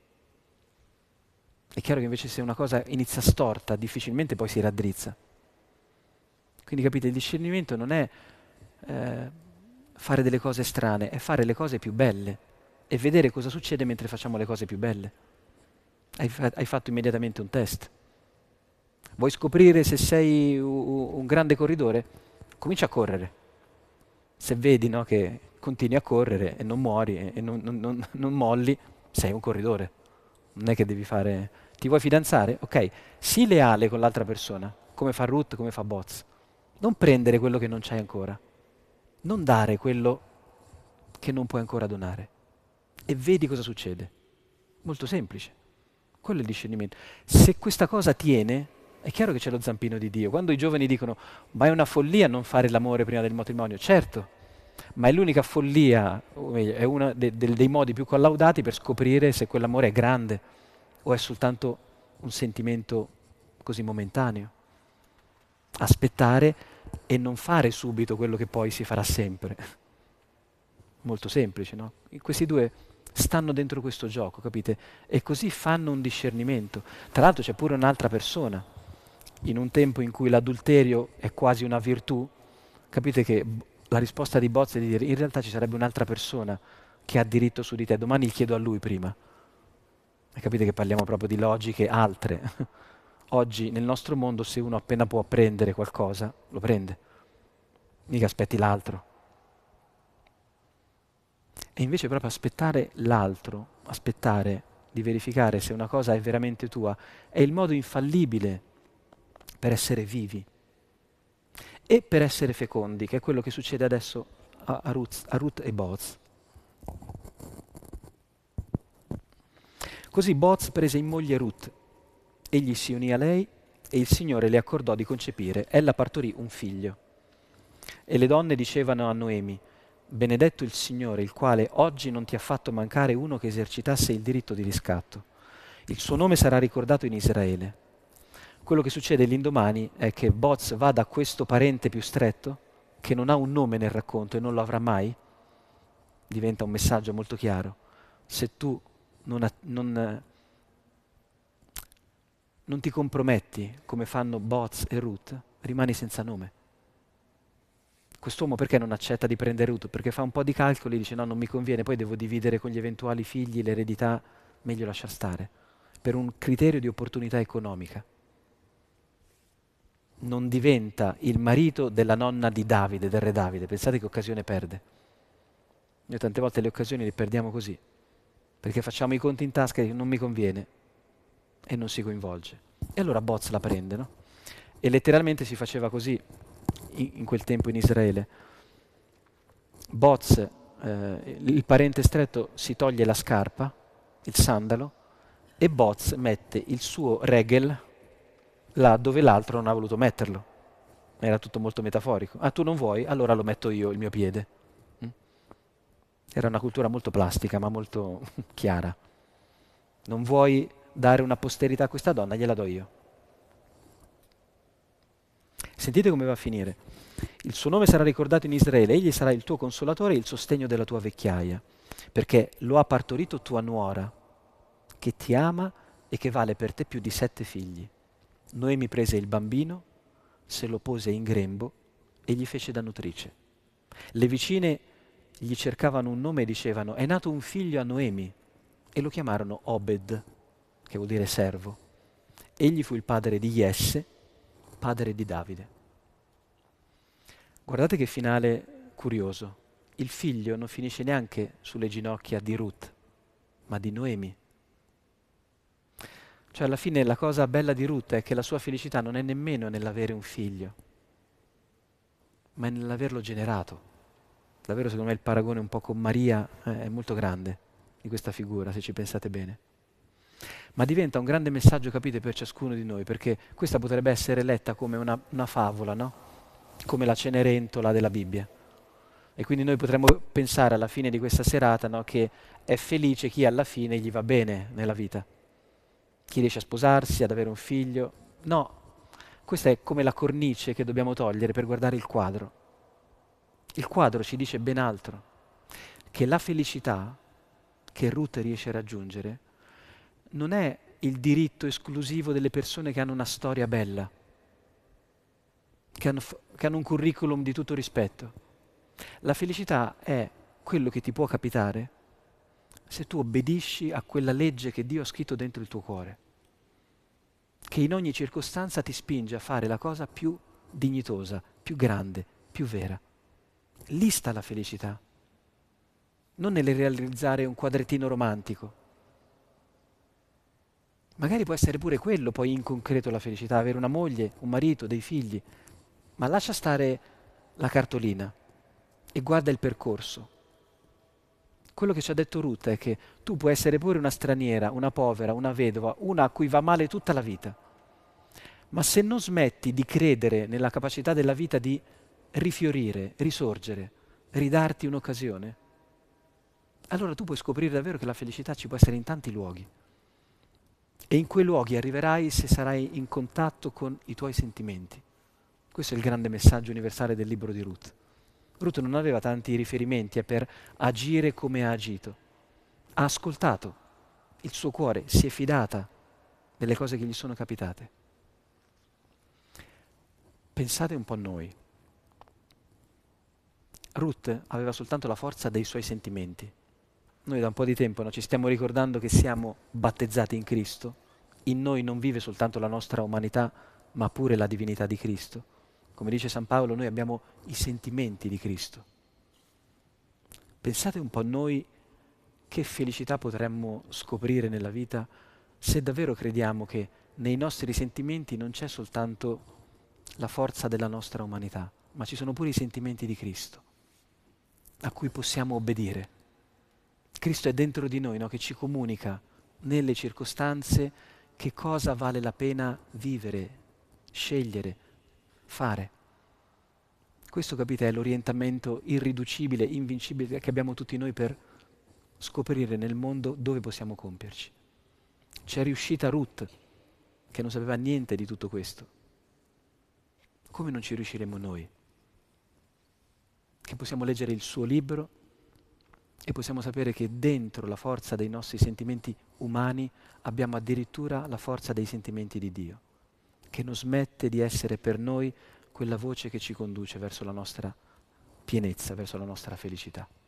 È chiaro che invece se una cosa inizia storta, difficilmente poi si raddrizza. Quindi capite, il discernimento non è eh, fare delle cose strane, è fare le cose più belle e vedere cosa succede mentre facciamo le cose più belle. Hai, fa- hai fatto immediatamente un test. Vuoi scoprire se sei u- un grande corridore? Comincia a correre. Se vedi, no, che continui a correre e non muori e, e non, non- non- non molli, sei un corridore. Non è che devi fare... Ti vuoi fidanzare? Ok, sii leale con l'altra persona, come fa Ruth, come fa Boz. Non prendere quello che non c'hai ancora. Non dare quello che non puoi ancora donare. E vedi cosa succede. Molto semplice. Quello è il discernimento. Se questa cosa tiene, è chiaro che c'è lo zampino di Dio. Quando i giovani dicono, ma è una follia non fare l'amore prima del matrimonio, certo, ma è l'unica follia, o meglio, è uno de- de- dei modi più collaudati per scoprire se quell'amore è grande o è soltanto un sentimento così momentaneo. Aspettare e non fare subito quello che poi si farà sempre. Molto semplice, no? Questi due stanno dentro questo gioco, capite? E così fanno un discernimento. Tra l'altro c'è pure un'altra persona. In un tempo in cui l'adulterio è quasi una virtù, capite che b- la risposta di Bozzi è di dire in realtà ci sarebbe un'altra persona che ha diritto su di te, domani gli chiedo a lui prima. E capite che parliamo proprio di logiche altre. Oggi nel nostro mondo se uno appena può prendere qualcosa, lo prende. Mica aspetti l'altro. E invece proprio aspettare l'altro, aspettare di verificare se una cosa è veramente tua, è il modo infallibile per essere vivi e per essere fecondi, che è quello che succede adesso a, a Ruth, a Ruth e Boaz. Così Boaz prese in moglie Ruth, egli si unì a lei e il Signore le accordò di concepire. Ella partorì un figlio. E le donne dicevano a Noemi, benedetto il Signore, il quale oggi non ti ha fatto mancare uno che esercitasse il diritto di riscatto. Il suo nome sarà ricordato in Israele. Quello che succede l'indomani è che Boz va da questo parente più stretto, che non ha un nome nel racconto e non lo avrà mai, diventa un messaggio molto chiaro. Se tu non, a- non, non ti comprometti come fanno Boz e Ruth, rimani senza nome. Quest'uomo perché non accetta di prendere Ruth? Perché fa un po' di calcoli e dice no, non mi conviene, poi devo dividere con gli eventuali figli l'eredità, meglio lasciar stare, per un criterio di opportunità economica. Non diventa il marito della nonna di Davide, del re Davide, pensate che occasione perde. Noi tante volte le occasioni le perdiamo così, perché facciamo i conti in tasca e non mi conviene e non si coinvolge. E allora Boz la prende, no? E letteralmente si faceva così in, in quel tempo in Israele. Boz, eh, il parente stretto, si toglie la scarpa, il sandalo, e Boz mette il suo regel là dove l'altro non ha voluto metterlo. Era tutto molto metaforico. Ah, tu non vuoi? Allora lo metto io, il mio piede. Mm? Era una cultura molto plastica, ma molto chiara. Non vuoi dare una posterità a questa donna? Gliela do io. Sentite come va a finire. Il suo nome sarà ricordato in Israele, egli sarà il tuo consolatore e il sostegno della tua vecchiaia, perché lo ha partorito tua nuora, che ti ama e che vale per te più di sette figli. Noemi prese il bambino, se lo pose in grembo e gli fece da nutrice. Le vicine gli cercavano un nome e dicevano: è nato un figlio a Noemi, e lo chiamarono Obed, che vuol dire servo. Egli fu il padre di Jesse, padre di Davide. Guardate che finale curioso. Il figlio non finisce neanche sulle ginocchia di Ruth, ma di Noemi. Cioè alla fine la cosa bella di Ruth è che la sua felicità non è nemmeno nell'avere un figlio, ma è nell'averlo generato. Davvero secondo me il paragone un po' con Maria eh, è molto grande di questa figura, se ci pensate bene. Ma diventa un grande messaggio, capite, per ciascuno di noi, perché questa potrebbe essere letta come una, una favola, no? Come la Cenerentola della Bibbia. E quindi noi potremmo pensare alla fine di questa serata, no, che è felice chi alla fine gli va bene nella vita. Chi riesce a sposarsi, ad avere un figlio. No, questa è come la cornice che dobbiamo togliere per guardare il quadro. Il quadro ci dice ben altro, che la felicità che Ruth riesce a raggiungere non è il diritto esclusivo delle persone che hanno una storia bella, che hanno, f- che hanno un curriculum di tutto rispetto. La felicità è quello che ti può capitare se tu obbedisci a quella legge che Dio ha scritto dentro il tuo cuore, che in ogni circostanza ti spinge a fare la cosa più dignitosa, più grande, più vera. Lì sta la felicità, non nel realizzare un quadrettino romantico. Magari può essere pure quello poi in concreto la felicità, avere una moglie, un marito, dei figli, ma lascia stare la cartolina e guarda il percorso. Quello che ci ha detto Ruth è che tu puoi essere pure una straniera, una povera, una vedova, una a cui va male tutta la vita, ma se non smetti di credere nella capacità della vita di rifiorire, risorgere, ridarti un'occasione, allora tu puoi scoprire davvero che la felicità ci può essere in tanti luoghi. E in quei luoghi arriverai se sarai in contatto con i tuoi sentimenti. Questo è il grande messaggio universale del libro di Ruth. Ruth non aveva tanti riferimenti eh, per agire come ha agito. Ha ascoltato il suo cuore, si è fidata delle cose che gli sono capitate. Pensate un po' a noi. Ruth aveva soltanto la forza dei suoi sentimenti. Noi da un po' di tempo no, ci stiamo ricordando che siamo battezzati in Cristo. In noi non vive soltanto la nostra umanità, ma pure la divinità di Cristo. Come dice San Paolo, noi abbiamo i sentimenti di Cristo. Pensate un po' a noi che felicità potremmo scoprire nella vita se davvero crediamo che nei nostri sentimenti non c'è soltanto la forza della nostra umanità, ma ci sono pure i sentimenti di Cristo, a cui possiamo obbedire. Cristo è dentro di noi, no? Che ci comunica nelle circostanze che cosa vale la pena vivere, scegliere, fare. Questo, capite, è l'orientamento irriducibile, invincibile che abbiamo tutti noi per scoprire nel mondo dove possiamo compierci. C'è riuscita Ruth, che non sapeva niente di tutto questo. Come non ci riusciremo noi? Che possiamo leggere il suo libro e possiamo sapere che dentro la forza dei nostri sentimenti umani abbiamo addirittura la forza dei sentimenti di Dio, che non smette di essere per noi quella voce che ci conduce verso la nostra pienezza, verso la nostra felicità.